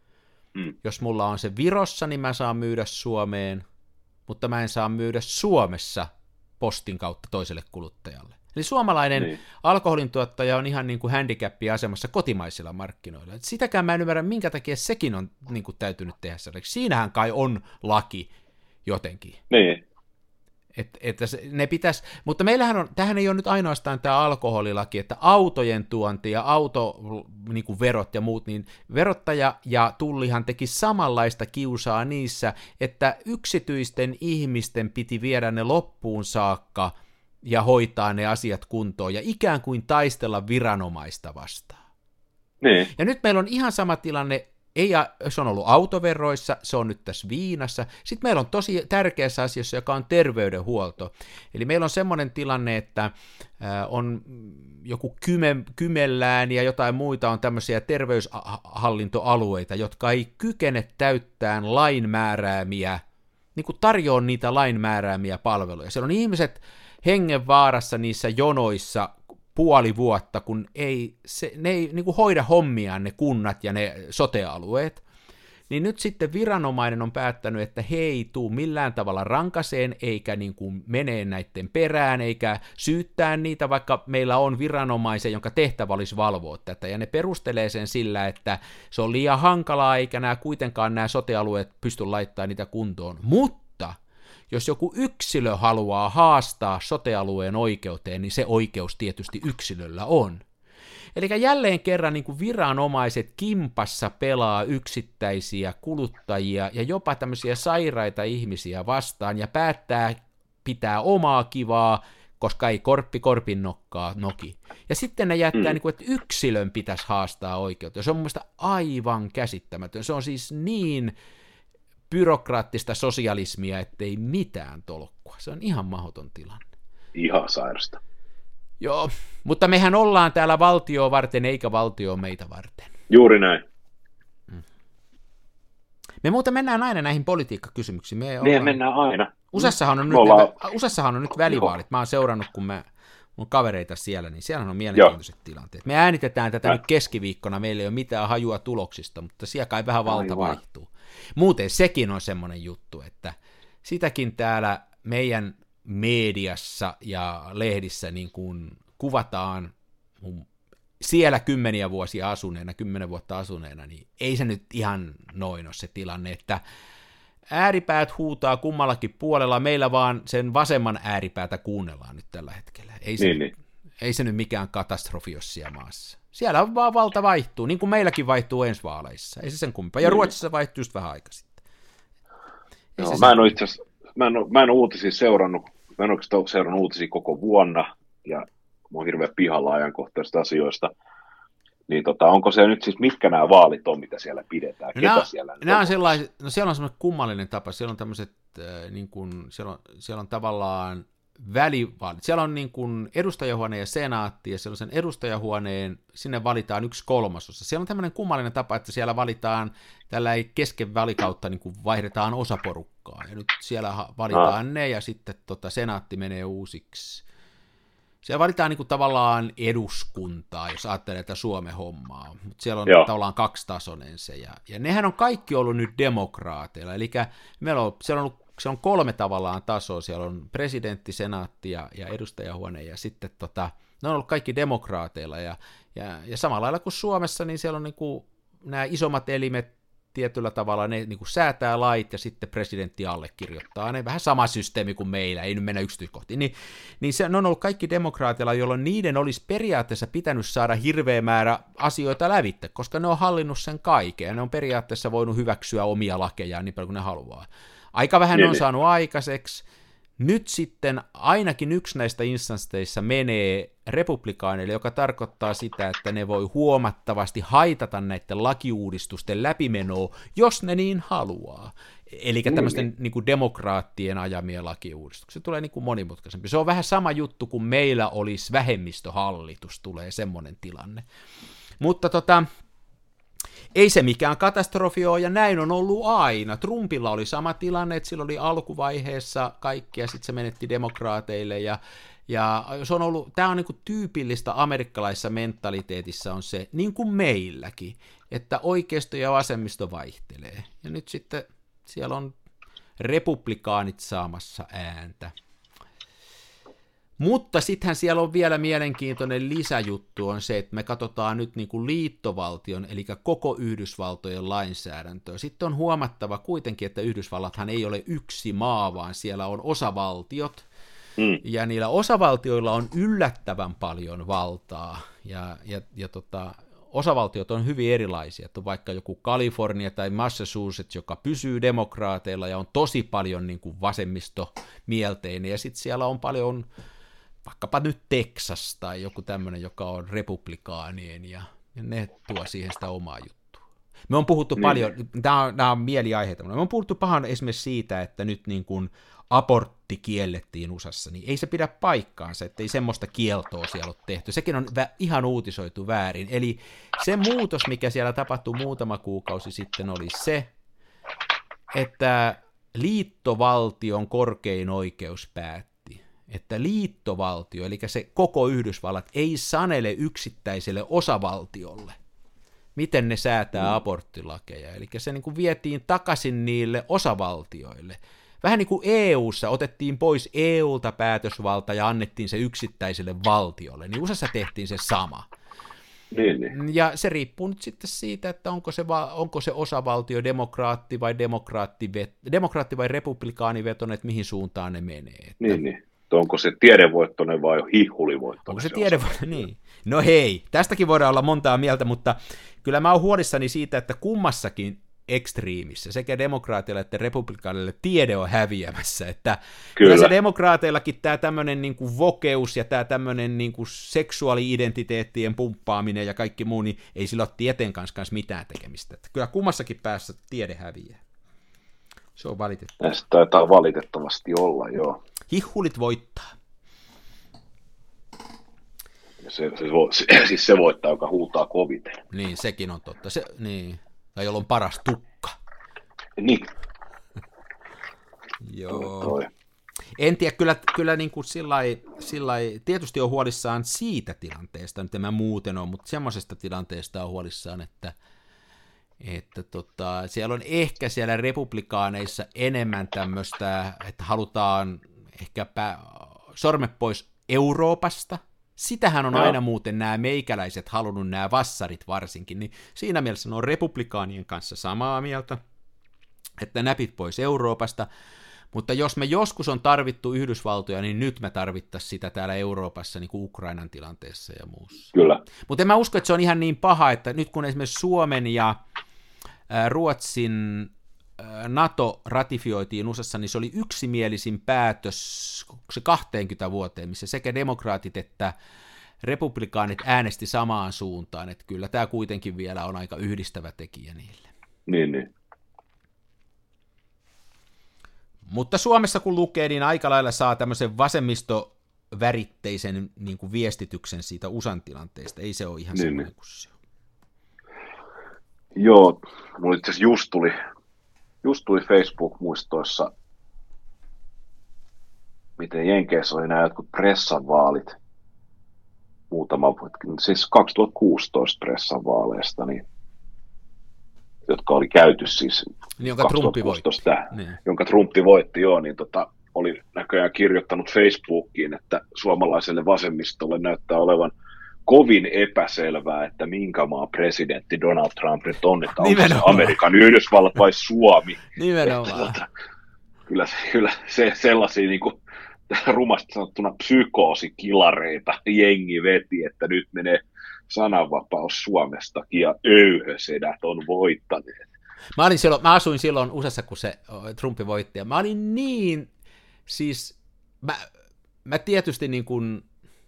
jos mulla on se Virossa, niin mä saan myydä Suomeen, mutta mä en saa myydä Suomessa postin kautta toiselle kuluttajalle. Eli suomalainen alkoholintuottaja on ihan niin kuin handicap-asemassa kotimaisilla markkinoilla. Et sitäkään mä en ymmärrä, minkä takia sekin on niin kuin täytynyt tehdä sellaiseksi. Siinähän kai on laki jotenkin. Niin. Että ne pitäisi, mutta meillähän on, tähän ei ole nyt ainoastaan tämä alkoholilaki, että autojen tuonti ja niin kuin verot ja muut, niin verottaja ja Tullihan teki samanlaista kiusaa niissä, että yksityisten ihmisten piti viedä ne loppuun saakka ja hoitaa ne asiat kuntoon ja ikään kuin taistella viranomaista vastaan. Niin. Ja nyt meillä on ihan sama tilanne, se on ollut autoveroissa, se on nyt tässä viinassa. Sitten meillä on tosi tärkeässä asiassa, joka on terveydenhuolto. Eli meillä on semmoinen tilanne, että on joku Kymenlään ja jotain muita on tämmöisiä terveyshallintoalueita, jotka ei kykene täyttämään lain määräämiä, niin kuin tarjoaa niitä lain määräämiä palveluja. Siellä on ihmiset hengenvaarassa niissä jonoissa puoli vuotta, kun ne ei niin kuin hoida hommiaan ne kunnat ja ne sote-alueet, niin nyt sitten viranomainen on päättänyt, että he ei tule millään tavalla rankaseen, eikä niin kuin menee näiden perään, eikä syyttää niitä, vaikka meillä on viranomaisia, jonka tehtävä olisi valvoa tätä, ja ne perustelee sen sillä, että se on liian hankalaa, eikä kuitenkaan nämä sote-alueet pysty laittamaan niitä kuntoon, mutta jos joku yksilö haluaa haastaa sote-alueen oikeuteen, niin se oikeus tietysti yksilöllä on. Eli jälleen kerran niin kuin viranomaiset kimpassa pelaa yksittäisiä kuluttajia ja jopa tämmöisiä sairaita ihmisiä vastaan ja päättää pitää omaa kivaa, koska ei korppi korpin nokkaa noki. Ja sitten ne jättää, niin kuin, että yksilön pitäisi haastaa oikeuteen. Se on mun mielestä aivan käsittämätön. Se on siis niin byrokraattista sosialismia, ettei mitään tolkkua. Se on ihan mahdoton tilanne. Ihan sairasta. Joo, mutta mehän ollaan täällä valtioa varten, eikä valtio meitä varten. Juuri näin. Me muuten mennään aina näihin politiikkakysymyksiin. Mennään aina. USAssahan on nyt välivaalit. Mä oon seurannut, kun mun kavereita siellä, niin siellä on mielenkiintoiset tilanteet. Me äänitetään tätä nyt keskiviikkona, meillä ei ole mitään hajua tuloksista, mutta siellä kai vähän valta vaihtuu. Muuten sekin on semmoinen juttu, että sitäkin täällä meidän mediassa ja lehdissä niin kuin kuvataan siellä 10 vuotta asuneena, niin ei se nyt ihan noin ole se tilanne, että ääripäät huutaa kummallakin puolella, meillä vaan sen vasemman ääripäätä kuunnellaan nyt tällä hetkellä. Ei se nyt mikään katastrofi ole siellä maassa. Siellä vaan valta vaihtuu, niin kuin meilläkin vaihtuu ensi vaaleissa. Ei se sen kumpaa. Ja Ruotsissa vaihtui just vähän aika sitten. Mä en ole uutisia seurannut. Mä en oikeastaan ole seurannut uutisia koko vuonna. Ja mä oon hirveän pihalla ajankohtaisista asioista. Niin onko se nyt siis, mitkä nämä vaalit on, mitä siellä pidetään? Nämä on sellaiset, siellä on semmoinen kummallinen tapa. Siellä on tämmöiset, niin kuin, siellä on tavallaan välivaalit. Siellä on niin kuin edustajahuone ja senaatti, ja siellä on sen edustajahuoneen, sinne valitaan 1/3. Siellä on tämmöinen kummallinen tapa, että siellä valitaan, tällä ei kesken valikautta niin kuin vaihdetaan osaporukkaa, ja nyt siellä valitaan ne, ja sitten senaatti menee uusiksi. Siellä valitaan niin kuin tavallaan eduskuntaa, jos ajattelee tätä Suomen hommaa, mutta siellä on tavallaan kaksitasoinen se, ja nehän on kaikki ollut nyt demokraateilla, eli siellä on 3 tavallaan tasoa, siellä on presidentti, senaatti ja edustajahuone, ja sitten ne on ollut kaikki demokraateilla, ja samalla lailla kuin Suomessa, niin siellä on niin kuin nämä isommat elimet tietyllä tavalla, ne niin kuin säätää lait, ja sitten presidentti allekirjoittaa, ne vähän sama systeemi kuin meillä, ei nyt mennä yksityiskohtiin, niin ne on ollut kaikki demokraateilla, jolloin niiden olisi periaatteessa pitänyt saada hirveä määrä asioita lävitse, koska ne on hallinnut sen kaiken, ja ne on periaatteessa voinut hyväksyä omia lakejaan niin paljon kuin ne haluaa. Aika vähän ne on saanut aikaiseksi. Nyt sitten ainakin yksi näistä instansseista menee republikaaneille, joka tarkoittaa sitä, että ne voi huomattavasti haitata näiden lakiuudistusten läpimenoa, jos ne niin haluaa. Eli tämmöisten niin kuin demokraattien ajamia lakiuudistuksia. Se tulee niin kuin monimutkaisempi. Se on vähän sama juttu, kuin meillä olisi vähemmistöhallitus, tulee semmoinen tilanne. Mutta ei se mikään katastrofi ole, ja näin on ollut aina. Trumpilla oli sama tilanne, että sillä oli alkuvaiheessa kaikki, ja sitten se menetti demokraateille, ja se on ollut, tämä on niin kuin tyypillistä amerikkalaisessa mentaliteetissa on se, niin kuin meilläkin, että oikeisto ja vasemmisto vaihtelee. Ja nyt sitten siellä on republikaanit saamassa ääntä. Mutta sittenhän siellä on vielä mielenkiintoinen lisäjuttu on se, että me katsotaan nyt niin kuin liittovaltion, eli koko Yhdysvaltojen lainsäädäntöä. Sitten on huomattava kuitenkin, että Yhdysvallathan ei ole yksi maa, vaan siellä on osavaltiot, ja niillä osavaltioilla on yllättävän paljon valtaa, ja osavaltiot on hyvin erilaisia, että on vaikka joku Kalifornia tai Massachusetts, joka pysyy demokraateilla ja on tosi paljon niin kuin vasemmistomielteinen, ja sitten siellä on paljon vaikkapa nyt Texas tai joku tämmöinen, joka on republikaanien, ja ne tuo siihen sitä omaa juttua. Me on puhuttu paljon, nämä on mieliaiheita, me on puhuttu pahan esimerkiksi siitä, että nyt niin kuin abortti kiellettiin USAssa, niin ei se pidä paikkaansa, että ei semmoista kieltoa siellä ole tehty. Sekin on ihan uutisoitu väärin. Eli se muutos, mikä siellä tapahtui muutama kuukausi sitten, oli se, että liittovaltion korkein oikeus päätti, että liittovaltio, eli se koko Yhdysvallat, ei sanele yksittäiselle osavaltiolle, miten ne säätää aborttilakeja. Eli se niin kuin vietiin takaisin niille osavaltioille. Vähän niin kuin EU:ssa otettiin pois EUlta päätösvalta ja annettiin se yksittäiselle valtiolle, niin USAssa tehtiin se sama. Niin. Ja se riippuu nyt sitten siitä, että onko se osavaltio demokraatti vai republikaanivetonen, että mihin suuntaan ne menee. Että niin. Onko se tiedevoittoinen vai hihulivoittoinen? Onko se tiedevoittoinen? Niin. No hei, tästäkin voidaan olla montaa mieltä, mutta kyllä mä oon huolissani siitä, että kummassakin ekstriimissä, sekä demokraateille että republikaanille tiede on häviämässä, että kyllä se demokraateillakin tämä tämmöinen niin kuin vokeus ja tämä tämmöinen niin kuin seksuaali-identiteettien pumppaaminen ja kaikki muu, niin ei sillä ole tieteen kanssa mitään tekemistä. Että kyllä kummassakin päässä tiede häviää. Se on valitettavasti. Näistä taitaa valitettavasti olla, joo. Hihulit voittaa. Se voittaa, joka huutaa koviten. Niin, sekin on totta. Niin. Tai jolla on paras tukka. Niin. Joo. En tiedä, kyllä niin kuin sillai, tietysti on huolissaan siitä tilanteesta, nyt en mä muuten ole, mutta semmoisesta tilanteesta on huolissaan, että siellä on ehkä siellä republikaaneissa enemmän tämmöistä, että halutaan ehkä sormet pois Euroopasta. Sitähän on aina muuten nämä meikäläiset halunnut, nämä vassarit varsinkin, niin siinä mielessä ne on republikaanien kanssa samaa mieltä, että näpit pois Euroopasta, mutta jos me joskus on tarvittu Yhdysvaltoja, niin nyt me tarvittaisiin sitä täällä Euroopassa niin kuin Ukrainan tilanteessa ja muussa. Kyllä. Mutta en mä usko, että se on ihan niin paha, että nyt kun esimerkiksi Suomen ja Ruotsin NATO ratifioitiin USAssa, niin se oli yksimielisin päätös se 20 vuoteen, missä sekä demokraatit että republikaanit äänesti samaan suuntaan, että kyllä tämä kuitenkin vielä on aika yhdistävä tekijä niille. Niin. Mutta Suomessa kun lukee, niin aika lailla saa tämmöisen vasemmistoväritteisen niin kuin viestityksen siitä USAn tilanteesta, ei se ole ihan semmoinen kuin se on. Joo, mulla itse asiassa just tuli Facebook-muistoissa, miten Jenkeissä oli nämä jotkut pressanvaalit, siis 2016 pressanvaaleista, niin, jotka oli käyty siis niin, jonka Trumpi voitti. Jonka Trumpi voitti, joo, niin oli näköjään kirjoittanut Facebookiin, että suomalaiselle vasemmistolle näyttää olevan kovin epäselvää, että minkä maan presidentti Donald Trump nyt on, että onko se Amerikan Yhdysvallat vai Suomi. Nimenomaan. Kyllä se sellaisia niin kuin, rumasti sanottuna psykoosikilareita jengi veti, että nyt menee sananvapaus Suomestakin ja öyhösedät on voittaneet. Mä asuin silloin USAssa, kun se Trumpi voitti, ja mä olin niin, siis mä tietysti niin kuin,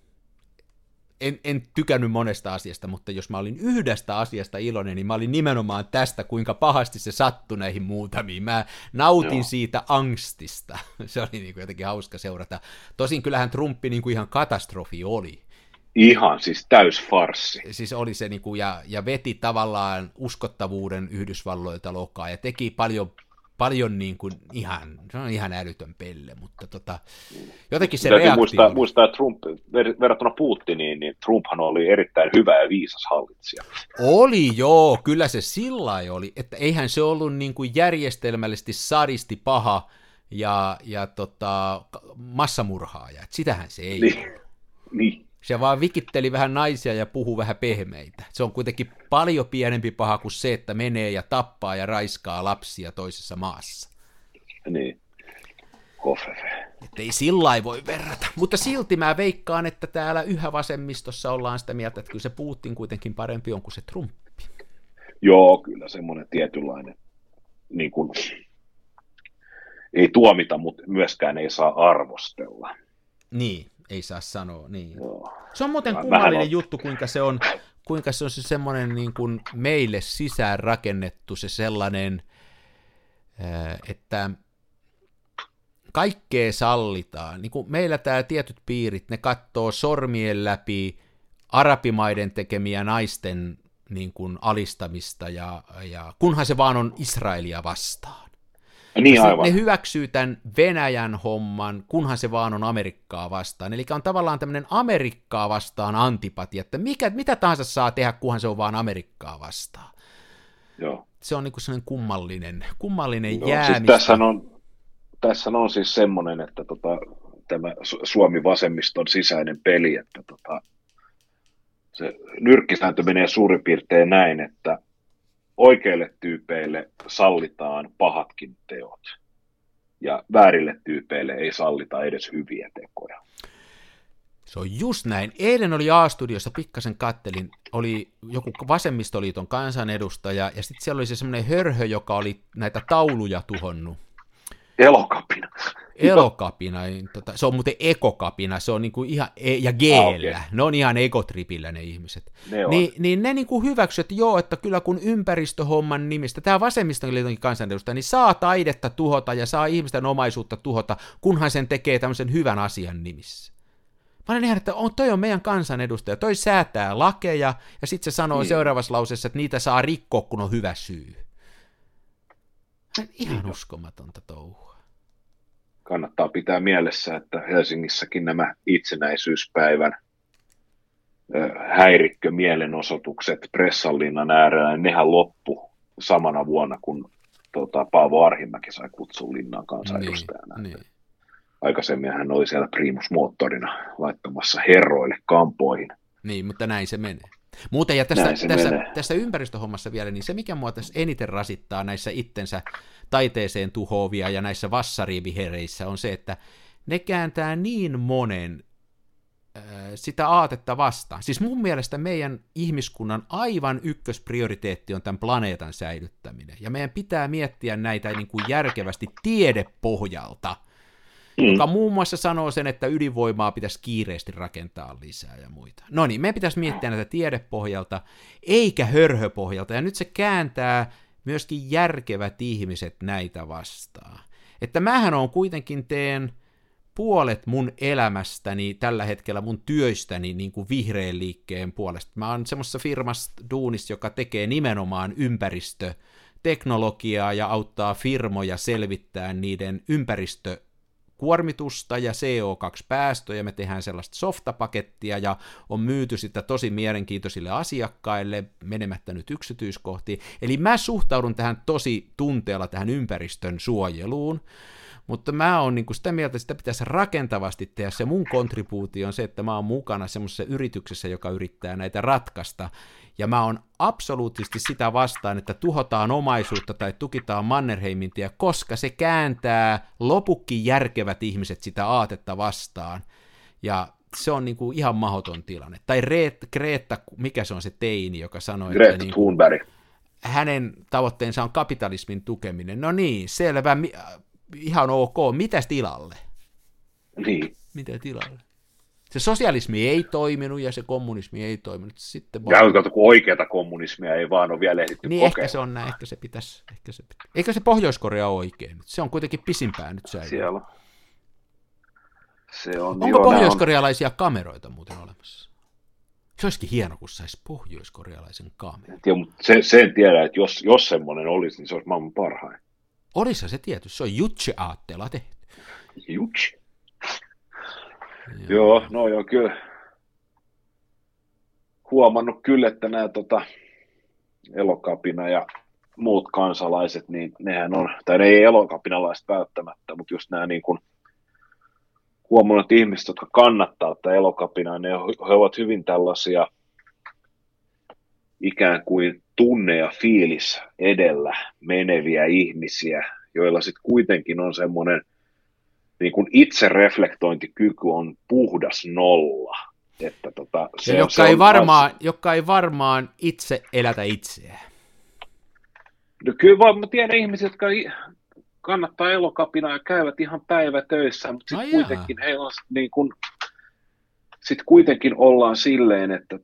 en tykännyt monesta asiasta, mutta jos mä olin yhdestä asiasta iloinen, niin mä olin nimenomaan tästä, kuinka pahasti se sattui näihin muutamiin. Mä nautin siitä angstista. Se oli niin kuin jotenkin hauska seurata. Tosin kyllähän Trumpi niin kuin ihan katastrofi oli. Ihan siis täysfarssi. Siis oli se, niin kuin, ja veti tavallaan uskottavuuden Yhdysvalloilta lokaa, ja teki paljon niin kuin se on ihan älytön pelle, mutta jotenkin se reaktio... Muistaa, että Trump, verrattuna Putiniin, niin Trumphan oli erittäin hyvä ja viisas hallitsija. Oli joo, kyllä se sillai oli, että eihän se ollut niin kuin järjestelmällisesti sadisti paha ja massamurhaaja, että sitähän se ei ollut. Niin. Se vaan vikitteli vähän naisia ja puhui vähän pehmeitä. Se on kuitenkin paljon pienempi paha kuin se, että menee ja tappaa ja raiskaa lapsia toisessa maassa. Niin. Kofefe. Että ei sillai voi verrata. Mutta silti mä veikkaan, että täällä yhä vasemmistossa ollaan sitä mieltä, että kyllä se Putin kuitenkin parempi on kuin se Trumpi. Joo, kyllä semmoinen tietynlainen, niin kuin, ei tuomita, mutta myöskään ei saa arvostella. Niin. Ei saa sanoa, niin. Joo. Se on muuten kummallinen juttu, kuinka se on se semmoinen niin kuin meille sisään rakennettu se sellainen, että kaikkea sallitaan. Niin kuin meillä tää tietyt piirit, ne katsoo sormien läpi arabimaiden tekemiä naisten niin kuin alistamista, ja kunhan se vaan on Israelia vastaan. Niin, aivan. Ne hyväksyy tämän Venäjän homman, kunhan se vaan on Amerikkaa vastaan. Eli on tavallaan tämmöinen Amerikkaa vastaan antipatia, että mitä tahansa saa tehdä, kunhan se on vaan Amerikkaa vastaan. Joo. Se on niin kuin sellainen kummallinen Joo, jäämistä. Siis tässä on siis semmoinen, että tämä Suomi-vasemmiston sisäinen peli, että se nyrkkisääntö menee suurin piirtein näin, että oikeille tyypeille sallitaan pahatkin teot, ja väärille tyypeille ei sallita edes hyviä tekoja. Se on just näin. Eilen oli A-studiossa, pikkasen kattelin, oli joku vasemmistoliiton kansanedustaja, ja sitten siellä oli se semmoinen hörhö, joka oli näitä tauluja tuhonnut. Elokapina, se on muuten ekokapina, se on niinku ihan, ja G-llä, okay. Ne on ihan ekotripillä ne ihmiset. Niin ne niinku hyväksyvät, että joo, että kyllä kun ympäristöhomman nimistä, tämä vasemmistoliitonkin kansanedustaja, niin saa taidetta tuhota ja saa ihmisten omaisuutta tuhota, kunhan sen tekee tämmöisen hyvän asian nimissä. Mä olen ihan, että toi on meidän kansanedustaja, toi säätää lakeja, ja sitten se sanoo seuraavassa lauseessa, että niitä saa rikkoa, kun on hyvä syy. Ihan uskomatonta touhua. Kannattaa pitää mielessä, että Helsingissäkin nämä itsenäisyyspäivän häirikkömielenosoitukset Pressanlinnan äärellä, niin nehän loppu samana vuonna, kun Paavo Arhimäki sai kutsun Linnan kansanedustajana. Niin. Aikaisemmin hän oli siellä Primus-moottorina laittamassa herroille kampoihin. Niin, mutta näin se menee. Muuten, ja tässä ympäristöhommassa vielä, niin se mikä mua tässä eniten rasittaa näissä itsensä taiteeseen tuhoavia ja näissä vassarivihereissä on se, että ne kääntää niin monen sitä aatetta vastaan. Siis mun mielestä meidän ihmiskunnan aivan ykkösprioriteetti on tämän planeetan säilyttäminen, ja meidän pitää miettiä näitä niin kuin järkevästi tiedepohjalta, joka muun muassa sanoo sen, että ydinvoimaa pitäisi kiireesti rakentaa lisää ja muita. No niin, meidän pitäisi miettiä näitä tiedepohjalta, eikä hörhöpohjalta, ja nyt se kääntää myöskin järkevät ihmiset näitä vastaan. Että mähän on kuitenkin teen puolet mun elämästäni tällä hetkellä mun työistäni niin kuin vihreän liikkeen puolesta. Mä oon semmoisessa firmassa duunissa, joka tekee nimenomaan ympäristöteknologiaa ja auttaa firmoja selvittää niiden ympäristökuormitusta ja CO2-päästöjä. Me tehdään sellaista softapakettia ja on myyty sitä tosi mielenkiintoisille asiakkaille, menemättä nyt yksityiskohtiin. Eli mä suhtaudun tähän tosi tunteella tähän ympäristön suojeluun. Mutta mä oon niin kuin sitä mieltä, että sitä pitäisi rakentavasti tehdä. Se mun kontribuutio on se, että mä oon mukana semmoisessa yrityksessä, joka yrittää näitä ratkaista. Ja mä oon absoluuttisesti sitä vastaan, että tuhotaan omaisuutta tai tukitaan Mannerheimin tie, koska se kääntää lopukki järkevät ihmiset sitä aatetta vastaan. Ja se on niin kuin ihan mahdoton tilanne. Tai Greta, mikä se on se teini, joka sanoi, Greta että niin Thunberg. Hänen tavoitteensa on kapitalismin tukeminen. No niin, selvä. Ihan ok. Mitäs tilalle? Niin. Mitä tilalle? Se sosialismi ei toiminut ja se kommunismi ei toiminut. Sitten kun oikeata kommunismia ei vaan ole vielä ehditty niin kokeilla. Ehkä se on näin, ehkä se pitäisi. Eikö se Pohjois-Korea ole oikein? Se on kuitenkin pisimpään nyt säilynyt. Siellä. Se on, onko pohjois-korealaisia kameroita muuten olemassa? Se olisikin hieno, kun saisi pohjois-korealaisen kameran. Sen tiedä, että jos semmoinen olisi, niin se olisi maailman parhain. Olisihan se tietysti, se on Jutsi-aatteella tehty. Jutsi? Joo, kyllä. Huomannut kyllä, että nämä Elokapina ja muut kansalaiset, niin nehän on, tai ne ei elokapinalaiset välttämättä, mutta just nämä niin kuin huomannut ihmiset, jotka kannattaa tätä Elokapinaa, he ovat hyvin tällaisia ikään kuin tunne ja fiilis edellä meneviä ihmisiä, joilla sitten kuitenkin on semmoinen niin kuin itsereflektointikyky on puhdas nolla. Että jotka ei varmaan itse elätä itseään. No kyllä mä tiedän ihmisiä, jotka kannattaa Elokapinaa ja käyvät ihan päivätöissä, mutta sitten kuitenkin heillä on niin kuin, kuitenkin ollaan silleen, että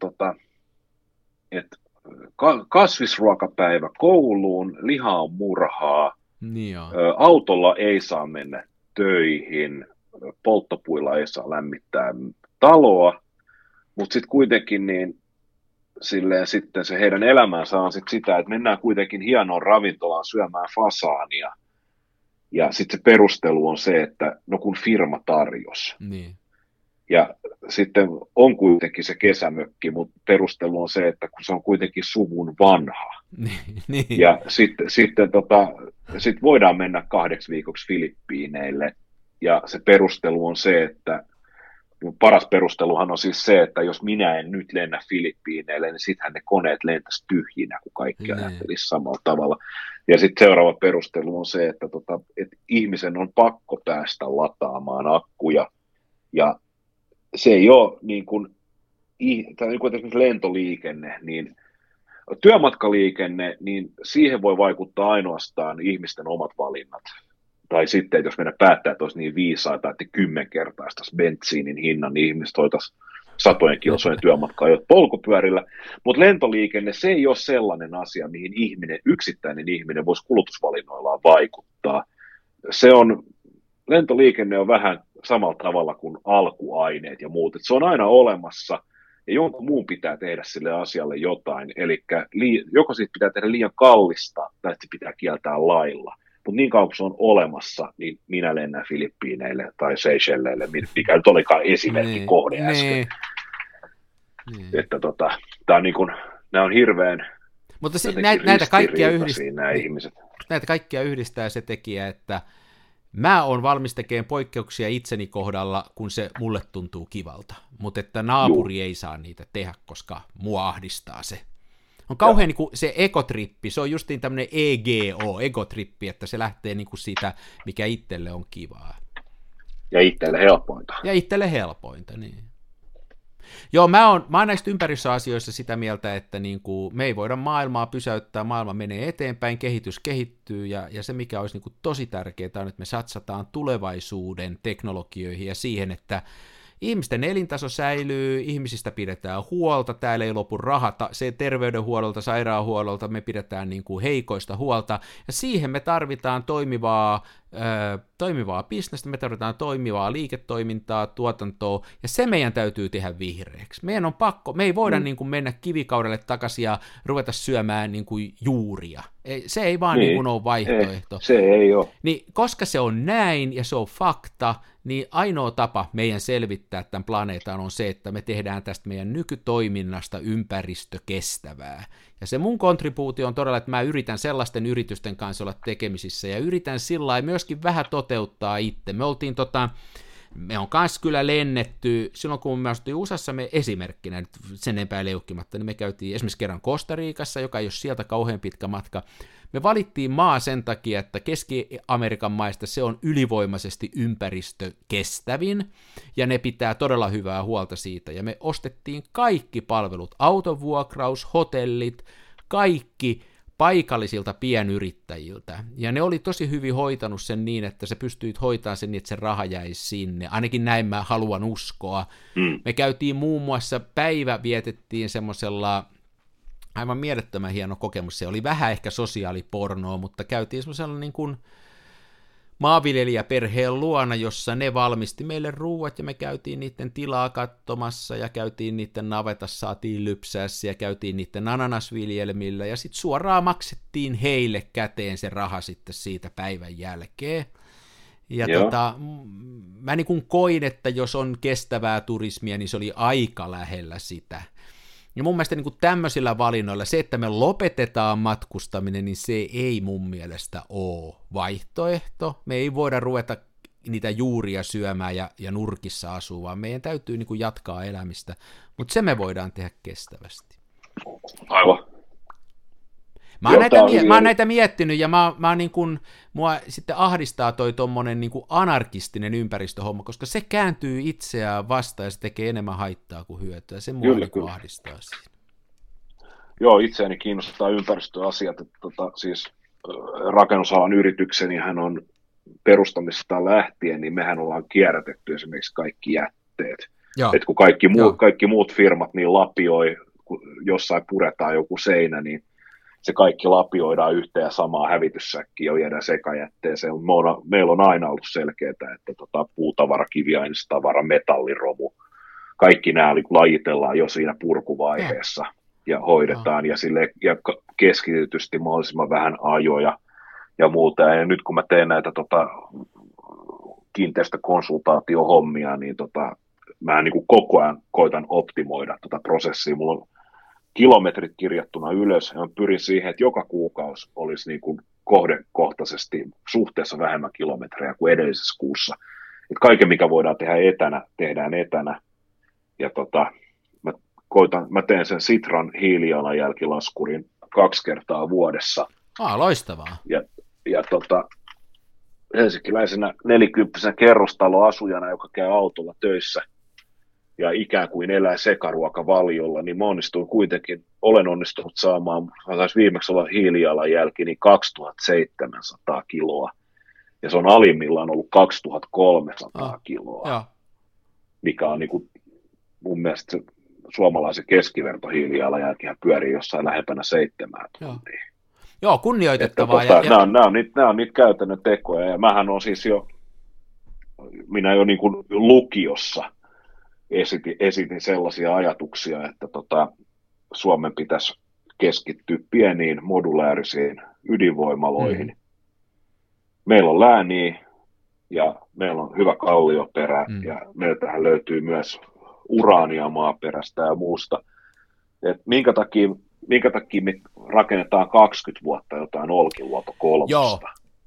kasvisruokapäivä kouluun, liha on murhaa, niin autolla ei saa mennä töihin, polttopuilla ei saa lämmittää taloa, mutta sitten kuitenkin niin silleen sitten se heidän elämänsä on sit sitä, että mennään kuitenkin hienoon ravintolaan syömään fasaania. Ja sitten se perustelu on se, että no kun firma tarjosi. Niin. Ja sitten on kuitenkin se kesämökki, mutta perustelu on se, että kun se on kuitenkin suvun vanha. Niin. Ja sitten voidaan mennä 2 viikoksi Filippiineille. Ja se perustelu on se, että paras perusteluhan on siis se, että jos minä en nyt lennä Filippiineille, niin sittenhän ne koneet lentäisi tyhjinä, kun kaikki ajattelisi samalla tavalla. Ja sitten seuraava perustelu on se, että ihmisen on pakko päästä lataamaan akkuja. Ja se ei ole niin kuin esimerkiksi lentoliikenne, niin työmatkaliikenne, niin siihen voi vaikuttaa ainoastaan ihmisten omat valinnat. Tai sitten, jos meidän päättää, että olisi niin viisaita, että 10-kertaistaisi bensiinin hinnan, niin ihmiset hoitaisi 100 kilsojen työmatkaa jo polkupyörillä. Mutta lentoliikenne, se ei ole sellainen asia, mihin yksittäinen ihminen voisi kulutusvalinnoillaan vaikuttaa. Lentoliikenne on vähän samalla tavalla kuin alkuaineet ja muut. Se on aina olemassa, ja jonkun muun pitää tehdä sille asialle jotain. Eli joko siitä pitää tehdä liian kallista, tai se pitää kieltää lailla. Mutta niin kauan kuin se on olemassa, niin minä lennän Filippiineille tai Seychelleille, mikä nyt olikaan esimerkki kohde äsken. Niin. Että tää on niin kuin, nämä on hirveän mutta näitä kaikkia nämä ihmiset. Näitä kaikkia yhdistää se tekijä, että Mä oon valmis tekemään poikkeuksia itseni kohdalla, kun se mulle tuntuu kivalta, mutta että naapuri ei saa niitä tehdä, koska mua ahdistaa se. On kauhean niin kuin se ekotrippi, se on justiin tämmöinen egotrippi, että se lähtee niin kuin siitä, mikä itselle on kivaa. Ja itselle helpointa. Niin. Joo, mä oon näistä ympäristöasioissa sitä mieltä, että niin kuin me ei voida maailmaa pysäyttää, maailma menee eteenpäin, kehitys kehittyy, ja se mikä olisi niin kuin tosi tärkeää on, että me satsataan tulevaisuuden teknologioihin ja siihen, että ihmisten elintaso säilyy, ihmisistä pidetään huolta, täällä ei lopu rahat, se terveydenhuollolta, sairaanhuollolta, me pidetään niin kuin heikoista huolta, ja siihen me tarvitaan toimivaa bisnestä, me tarvitaan toimivaa liiketoimintaa, tuotantoa, ja se meidän täytyy tehdä vihreäksi. Meidän on pakko, me ei voida niin kuin mennä kivikaudelle takaisin ja ruveta syömään niin kuin juuria. Se ei vaan niin kuin ole vaihtoehto. Se ei ole. Niin, koska se on näin ja se on fakta, niin ainoa tapa meidän selvittää tämän planeetan on se, että me tehdään tästä meidän nykytoiminnasta ympäristökestävää. Ja se mun kontribuutio on todella, että mä yritän sellaisten yritysten kanssa olla tekemisissä ja yritän sillä lailla myöskin vähän toteuttaa itse. Me on kanssa kyllä lennetty, silloin kun me asuttiin USAssa, me esimerkkinä, nyt sen enempää leukkimatta, niin me käytiin esimerkiksi kerran Costa Ricassa, joka ei ole sieltä kauhean pitkä matka. Me valittiin maa sen takia, että Keski-Amerikan maista se on ylivoimaisesti ympäristökestävin, ja ne pitää todella hyvää huolta siitä, ja me ostettiin kaikki palvelut, autovuokraus, hotellit, kaikki paikallisilta pienyrittäjiltä, ja ne oli tosi hyvin hoitanut sen niin, että sä pystyit hoitamaan sen niin, että se raha jäisi sinne, ainakin näin mä haluan uskoa. Me käytiin muun muassa, vietettiin semmoisella, aivan mielettömän hieno kokemus, se oli vähän ehkä sosiaalipornoa, mutta käytiin semmoisella niin kuin maanviljelijäperheen luona, jossa ne valmisti meille ruuat, ja me käytiin niiden tilaa katsomassa, ja käytiin niiden navetassa, saatiin lypsäässä, ja käytiin niiden ananasviljelmillä, ja sitten suoraan maksettiin heille käteen se raha sitten siitä päivän jälkeen. Ja mä niin kuin koin, että jos on kestävää turismia, niin se oli aika lähellä sitä. Ja mun mielestä niin kuin tämmöisillä valinnoilla, se, että me lopetetaan matkustaminen, niin se ei mun mielestä ole vaihtoehto. Me ei voida ruveta niitä juuria syömään ja nurkissa asua, vaan meidän täytyy niin kuin jatkaa elämistä, mutta se me voidaan tehdä kestävästi. Aivan. Mä oon näitä miettinyt, ja mä niin kuin, mua sitten ahdistaa toi tommonen niin kuin anarkistinen ympäristöhomma, koska se kääntyy itseään vastaan, ja se tekee enemmän haittaa kuin hyötyä, se mua niin kuin ahdistaa siinä. Joo, itseäni kiinnostaa ympäristöasiat, että siis rakennusalan yritykseni hän on perustamisesta lähtien, niin mehän ollaan kierrätetty esimerkiksi kaikki jätteet. Et kun kaikki muut firmat niin lapioi, kun jossain puretaan joku seinä, niin se kaikki lapioidaan yhteen ja samaa hävityssäkkiä ja viedään sekajätteeseen. Meillä on aina ollut selkeää, että puutavara, kiviainestavara, metalliromu, kaikki nämä lajitellaan jo siinä purkuvaiheessa ja hoidetaan ja keskitytysti mahdollisimman vähän ajoja ja muuta. Ja nyt kun mä teen näitä kiinteistökonsultaatiohommia, niin mä niin kuin koko ajan koitan optimoida prosessia. Mulla on kilometrit kirjattuna ylös, ja pyrin siihen, että joka kuukausi olisi niin kuin kohdekohtaisesti suhteessa vähemmän kilometrejä kuin edellisessä kuussa. Et kaiken, mikä voidaan tehdä etänä, tehdään etänä. Ja mä teen sen Sitran hiilijalanjälkilaskurin 2 kertaa vuodessa. Loistavaa. Ja helsinkiläisenä 40 kerrostaloasujana, joka käy autolla töissä, ja ikään kuin elää sekaruokavaliolla, niin olen onnistunut saamaan, taisi viimeksi olla hiilijalanjälki, niin 2700 kiloa, ja se on alimmillaan ollut 2300 kiloa, mikä on niin kuin, mun mielestä se suomalaisen keskiverto hiilijalanjälkihän pyörii jossain lähempänä 7 tuntia. Joo, kunnioitettavaa. Nämä on niitä käytännön tekoja, ja mähän on siis minä jo niin kuin lukiossa esitin sellaisia ajatuksia, että Suomen pitäisi keskittyä pieniin modulaarisiin ydinvoimaloihin. Meillä on lääniä ja meillä on hyvä kallioperä ja meiltähän löytyy myös uraania maaperästä ja muusta. Et minkä takia me rakennetaan 20 vuotta jotain Olkiluoto 3?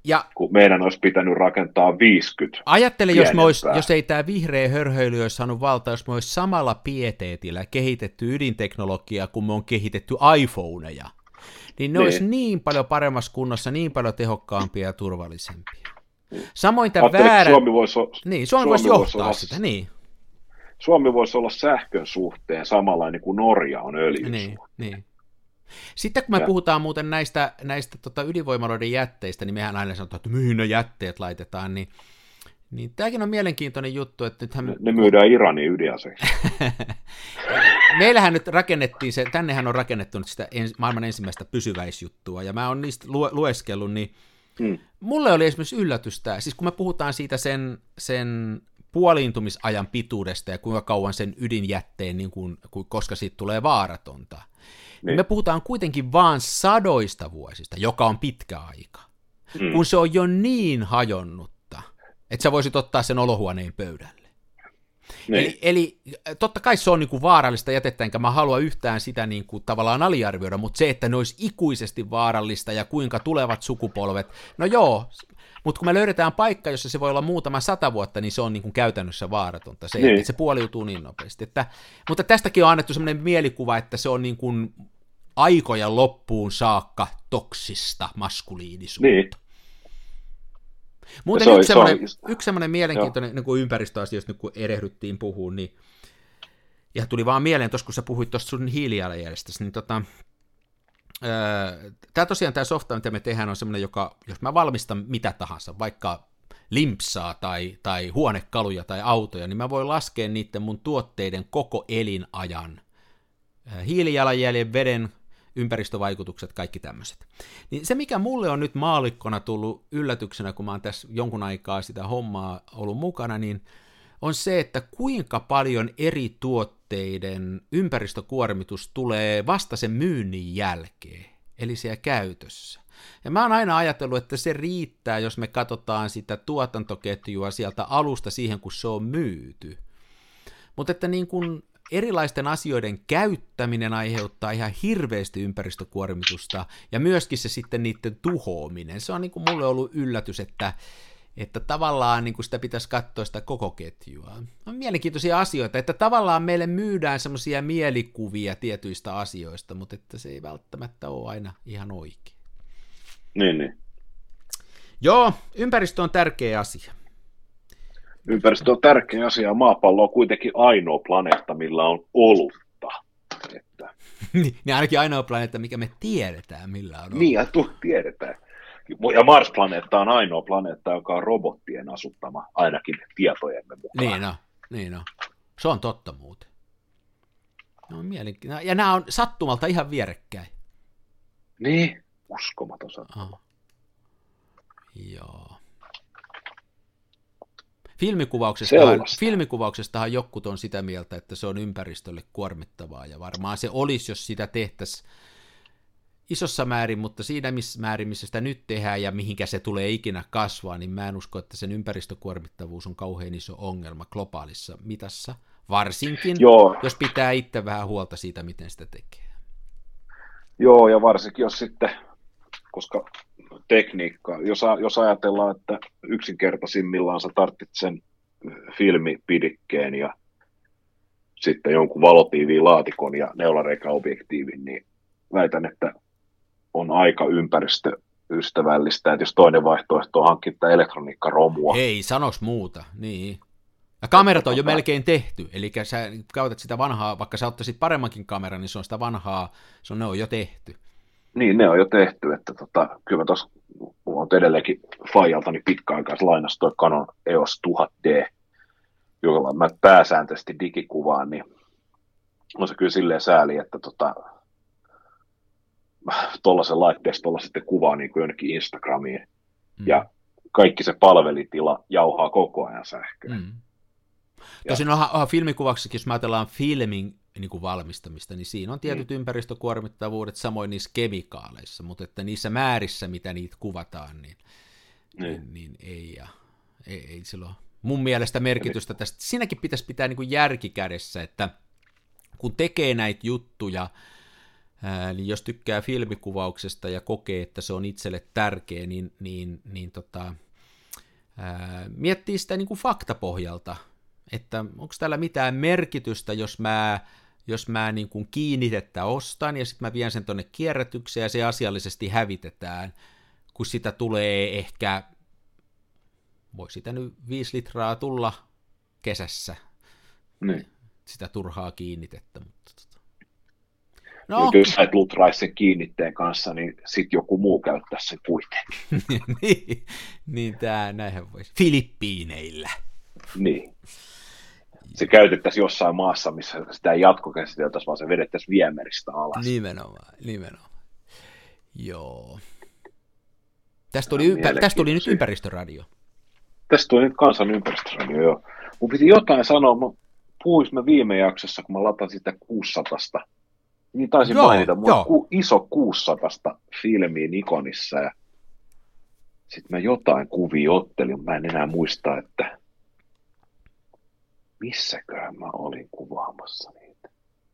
kun meidän olisi pitänyt rakentaa 50. Ajattele, jos ei tämä vihreä hörhöily olisi saanut valtaa, jos me olisi samalla pieteetillä kehitetty ydinteknologiaa, kun me on kehitetty iPhoneja, niin ne olisi niin paljon paremmassa kunnossa, niin paljon tehokkaampia ja turvallisempia. Samoin tämä väärä... Suomi voisi johtaa sitä, niin. Suomi voisi olla sähkön suhteen samanlainen kuin Norja on öljyn niin. Sitten kun me puhutaan muuten näistä ydinvoimaloiden jätteistä, niin mehän aina sanotaan, että mihin ne jätteet laitetaan, niin tämäkin on mielenkiintoinen juttu. Että nythän... Ne myydään Iranin ydinaseiksi. Meillähän nyt rakennettiin se, tännehän on rakennettu nyt sitä maailman ensimmäistä pysyväisjuttua, ja mä oon niistä lueskellut, niin mulle oli esimerkiksi yllätystä, siis kun me puhutaan siitä sen puoliintumisajan pituudesta ja kuinka kauan sen ydinjätteen, niin koska siitä tulee vaaratonta, niin me puhutaan kuitenkin vaan 100 vuosista, joka on pitkä aika, kun se on jo niin hajonnutta, että sä voisit ottaa sen olohuoneen pöydälle. Eli totta kai se on niin kuin vaarallista jätettä, enkä mä halua yhtään sitä niin kuin tavallaan aliarvioida, mutta se, että ne olisi ikuisesti vaarallista ja kuinka tulevat sukupolvet, no joo, mutta kun me löydetään paikka, jossa se voi olla muutama 100 vuotta, niin se on niin kuin käytännössä vaaratonta, että se puoliutuu niin nopeasti. Mutta tästäkin on annettu sellainen mielikuva, että se on niin kuin aikojen loppuun saakka toksista maskuliinisuutta. Niin. Muuten yksi semmoinen mielenkiintoinen niin kuin ympäristöasioista, nyt kun erehdyttiin puhumaan, niin ja tuli vaan mieleen tuossa, kun sä puhuit tuosta sun hiilijalanjäljestä, niin tämä softa, mitä me tehdään, on semmoinen, joka, jos mä valmistan mitä tahansa, vaikka limpsaa tai huonekaluja tai autoja, niin mä voin laskea niiden mun tuotteiden koko elinajan. Hiilijalanjäljen, veden, ympäristövaikutukset, kaikki tämmöiset. Niin se, mikä mulle on nyt maallikkona tullut yllätyksenä, kun mä oon tässä jonkun aikaa sitä hommaa ollut mukana, niin on se, että kuinka paljon eri tuotteiden ympäristökuormitus tulee vasta sen myynnin jälkeen, eli siellä käytössä. Ja mä oon aina ajatellut, että se riittää, jos me katsotaan sitä tuotantoketjua sieltä alusta siihen, kun se on myyty. Mutta että niin kun erilaisten asioiden käyttäminen aiheuttaa ihan hirveästi ympäristökuormitusta, ja myöskin se sitten niiden tuhoaminen. Se on niin kuin mulle ollut yllätys, että tavallaan niin kuin sitä pitäisi katsoa sitä koko ketjua. On mielenkiintoisia asioita, että tavallaan meille myydään semmoisia mielikuvia tietyistä asioista, mutta että se ei välttämättä ole aina ihan oikein. Niin. Joo, ympäristö on tärkeä asia. Ympäristö on tärkeä asia. Maapallo on kuitenkin ainoa planeetta, millä on olutta. Niin ainakin ainoa planeetta, mikä me tiedetään, millä on olutta. Niin, tiedetään. Ja Mars-planeetta on ainoa planeetta, joka on robottien asuttama, ainakin tietojemme mukaan. Niin on. Se on totta muuten. No, ja nämä on sattumalta ihan vierekkäin. Niin, uskomaton sattuma. Joo. Filmikuvauksestahan jotkut on sitä mieltä, että se on ympäristölle kuormittavaa, ja varmaan se olisi, jos sitä tehtäisiin isossa määrin, mutta siinä määrin, missä sitä nyt tehdään ja mihinkä se tulee ikinä kasvaa, niin mä en usko, että sen ympäristökuormittavuus on kauhean iso ongelma globaalissa mitassa, varsinkin jos pitää itse vähän huolta siitä, miten sitä tekee. Joo, ja varsinkin jos sitten, koska tekniikka, jos ajatellaan, että yksinkertaisimmillaan sä tarvitset sen filmipidikkeen ja sitten jonkun valotiiviin laatikon ja neulareikaobjektiivin, niin väitän, että on aika ympäristöystävällistä, että jos toinen vaihtoehto on hankkia elektroniikkaromua. Ei, sanos muuta, niin. Ja kamerat on jo melkein tehty, eli sä käytät sitä vanhaa, vaikka sä ottaisit paremmankin kameran, niin se on sitä vanhaa, ne on jo tehty. Niin, ne on jo tehty, että kyllä mä tuossa on edelleenkin Fajaltani pitkäaikais lainassa toi Canon EOS 1000D, jolla mä pääsääntöisesti digikuvaan, niin on se kyllä silleen sääli, että tuollaisen laitteesta sitten kuvaa niin kuin jonnekin Instagramiin, ja kaikki se palvelitila jauhaa koko ajan sähköä. Tosin onhan filmikuvauksessakin, jos me ajatellaan filmin niin kuin valmistamista, niin siinä on tietyt ympäristökuormittavuudet samoin niissä kemikaaleissa, mutta että niissä määrissä, mitä niitä kuvataan, niin ei sillä ole mun mielestä merkitystä tästä. Siinäkin pitäisi pitää niin kuin järki kädessä, että kun tekee näitä juttuja, Eli jos tykkää filmikuvauksesta ja kokee, että se on itselle tärkeä, niin miettii sitä niin kuin faktapohjalta, että onko täällä mitään merkitystä, jos mä niin kuin kiinnitettä ostan ja sitten mä vien sen tonne kierrätykseen ja se asiallisesti hävitetään, kun sitä tulee ehkä, voi sitä nyt 5 litraa tulla kesässä, sitä turhaa kiinnitettä, mutta no. Nyt jos sä et lutraisi sen kiinnitteen kanssa, niin sit joku muu käyttäisi sen kuitenkin. niin näinhän voisi. Filippiineillä. Niin. Se käytettäisiin jossain maassa, missä sitä ei jatkokäsiteltäisi, vaan se vedettäisiin viemäristä alas. Nimenomaan. Joo. Tästä tuli nyt ympäristöradio. Tästä tuli nyt kansan ympäristöradio, joo. Mun piti jotain sanoa, puhuisin mä viime jaksossa, kun mä latasin sitä 600. Niin taisin mainita, mulla on iso 600 filmiä Nikonissa, ja sitten mä jotain kuvia ottelin, mä en enää muista, että missäköhän mä olin kuvaamassa niitä.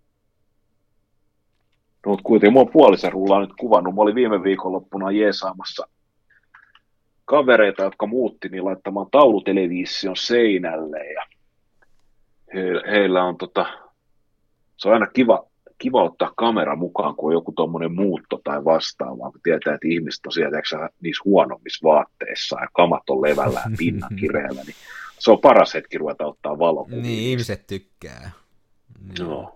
No, mutta kuitenkin mua puolisen rullaa nyt kuvannut. Mä olin viime viikonloppuna jeesaamassa kavereita, jotka muutti niin laittamaan taulutelevision seinälle, ja heillä on se on aina kiva ottaa kamera mukaan, kun on joku tommonen muutto tai vastaava, kun tietää, että ihmiset on sieltä niissä huonommissa vaatteissa ja kamat on levällään pinnan kireellä, niin se on paras hetki ruveta ottaa valokuvia. Niin, ihmiset tykkää. Joo.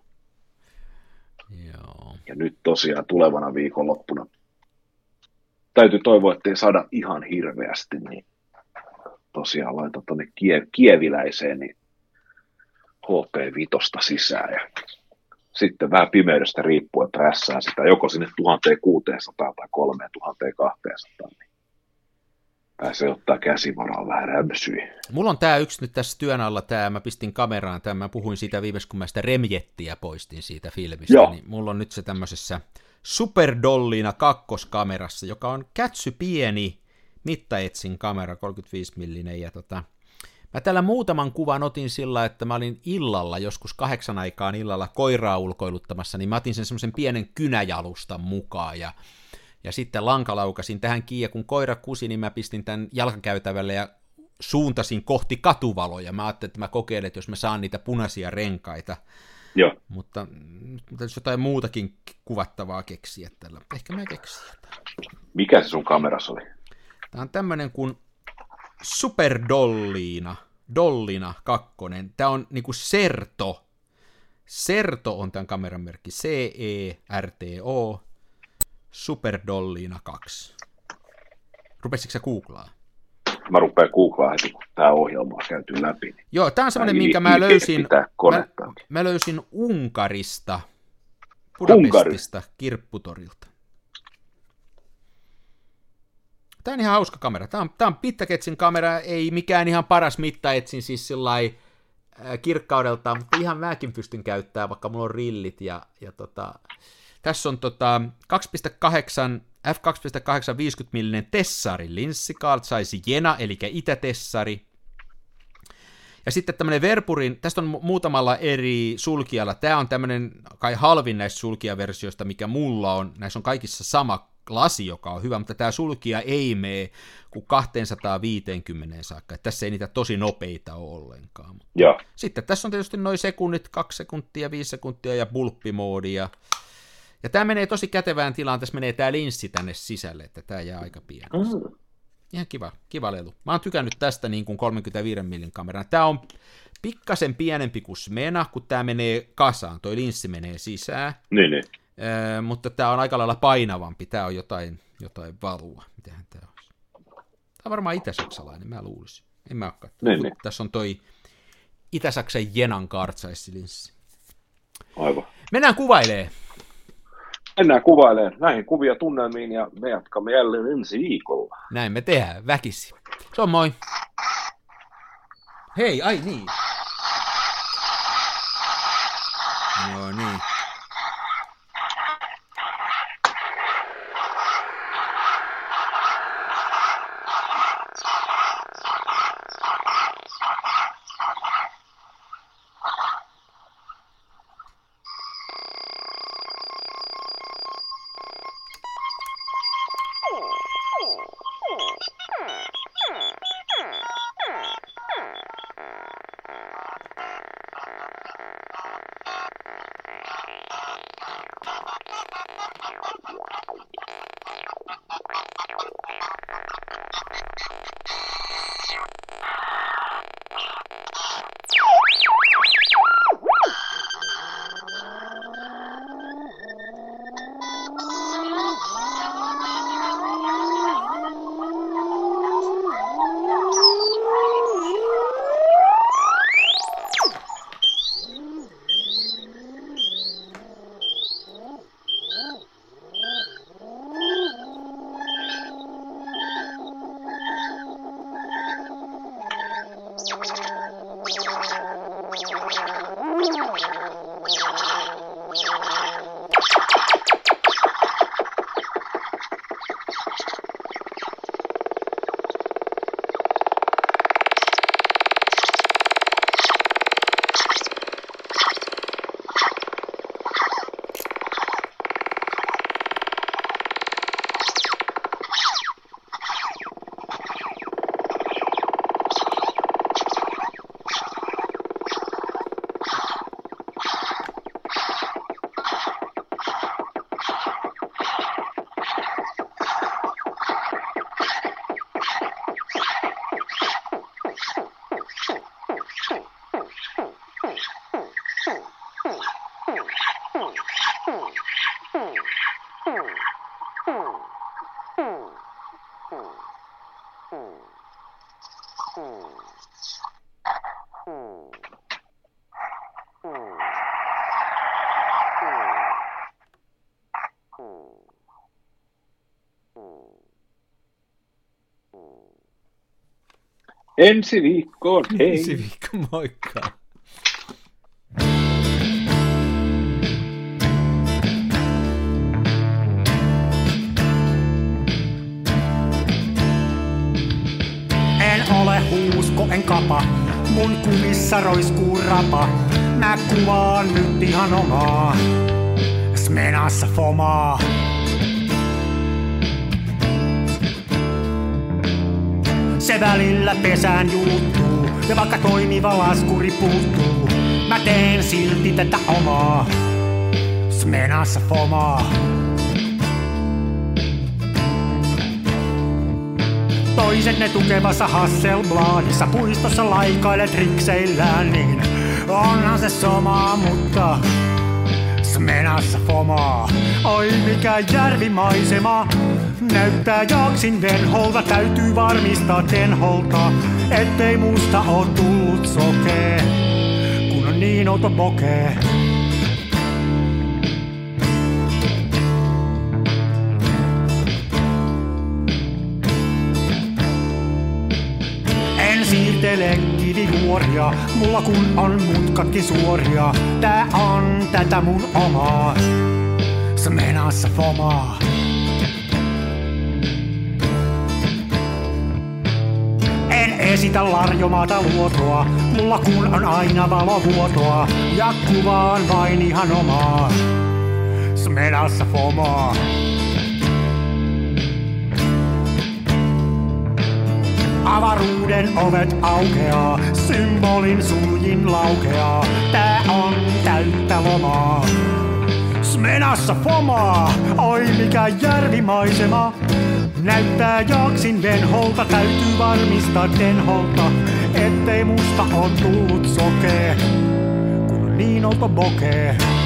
Ja nyt tosiaan tulevana viikonloppuna täytyy toivoa, ettei saada ihan hirveästi, niin tosiaan laitan tuonne kieviläiseen niin HP5 sisään ja sitten vähän pimeydestä riippuen päässään sitä joko sinne 1600 tai 3200, niin pääsee ottaa käsivaraan vähän rämpsyä. Mulla on tää yksi nyt tässä työn alla, mä pistin kameraan, mä puhuin siitä viimeis, kun mä sitä remjettiä poistin siitä filmistä, niin mulla on nyt se tämmöisessä Superdollina kakkoskamerassa, joka on pieni mittaetsin kamera, 35mm, ja mä täällä muutaman kuvan otin sillä, että mä olin illalla, joskus 8 aikaan illalla koiraa ulkoiluttamassa, niin mä otin sen semmoisen pienen kynäjalustan mukaan, ja sitten lankalaukasin tähän kiinni, ja kun koira kusi, niin mä pistin tämän jalkakäytävälle ja suuntasin kohti katuvaloja. Mä ajattelin, että mä kokeilen, että jos mä saan niitä punaisia renkaita. Joo. Mutta jos jotain muutakin kuvattavaa keksiä tällä. Ehkä mä keksin jotain. Mikä se sun kameras oli? Tää on tämmönen kuin Superdollina. Dollina 2. Tää on niinku Certo. Certo on tämän kameran merkki. CERTO. Superdollina 2. Rupesitko sä googlaa? Mä rupean googlaa heti, kun tää ohjelma on käyty läpi. Joo, tää on semmoinen, minkä mä löysin. Mä löysin Unkarista, Budapestista, Kirpputorilta. Tää on ihan hauska kamera. Tää on Pittagetsin kamera, ei mikään ihan paras mittaetsin, siis sillai kirkkaudeltaan, mutta ihan mäkin pystyn käyttämään, vaikka mulla on rillit tässä on 2.8 f2.8 50mm Tessarin linssi, Carl Zeiss Jena, eli itätessari. Ja sitten tämmöinen Verpurin, tästä on muutamalla eri sulkijalla, tämä on tämmöinen kai halvin näistä sulkijaversioista, mikä mulla on, näissä on kaikissa sama lasi, joka on hyvä, mutta tämä sulkija ei mene kuin 250 saakka, että tässä ei niitä tosi nopeita ole ollenkaan. Ja. Sitten tässä on tietysti noin sekunnit, 2 sekuntia, 5 sekuntia ja bulppimoodi ja tämä menee tosi kätevään tilaan, tässä menee tämä linssi tänne sisälle, että tämä jää aika pieneksi. Ihan kiva lelu. Mä oon tykännyt tästä niin kuin 35mm kamerana. Tämä on pikkasen pienempi kuin Smena, kun tämä menee kasaan, toi linssi menee sisään. Niin. Mutta tämä on aika lailla painavampi, tämä on jotain valua. Mitähän tämä olisi? Tämä on varmaan itä-saksalainen, mä luulisin. En mä ole katsonut. Niin. Tässä on toi Itä-Saksan Jenan kartsaissilinssi. Aivan. Mennään kuvailemaan. Mennään kuvailemaan näihin kuvia tunnelmiin ja me jatkamme jälleen ensi viikolla. Näin me tehdään, väkisi. Se on moi. Hei, ai niin. Joo niin. Ensi viikkoon, hei! Ensi viikko, moikka! En ole huusko, en kapa, mun kumissa roiskuu rapa. Mä kuvaan nyt ihan omaa, Smenassa fomaa. Se välillä pesään juuttuu, ja vaikka toimiva laskuri puuttuu, mä teen silti tätä omaa, Smenassa fomaa. Toiset ne tukevassa Hasselbladissa puistossa laikailet rikseillään, niin onhan se somaa, mutta Smenassa fomaa. Oi mikä järvimaisema, näyttää jaksin venholta, täytyy varmistaa tenholta, ettei musta oo tullut sokee, kun on niin outo bokee. En siirtele kivijuoria, mulla kun on mutkatkin suoria, tää on tätä mun omaa, Smenassa fomaa. En esitä larjomaata luotoa, mulla kun on aina valovuotoa, ja kuvaan vain ihan omaa, Smenassa fomaa. Avaruuden ovet aukeaa, symbolin suljin laukeaa, tää on täyttä lomaa, Smenassa fomaa. Oi mikä järvimaisema, näyttää jaksin venholta, täytyy varmistaa tenholta, ettei musta oo tullut sokee, kun on niin outo bokee.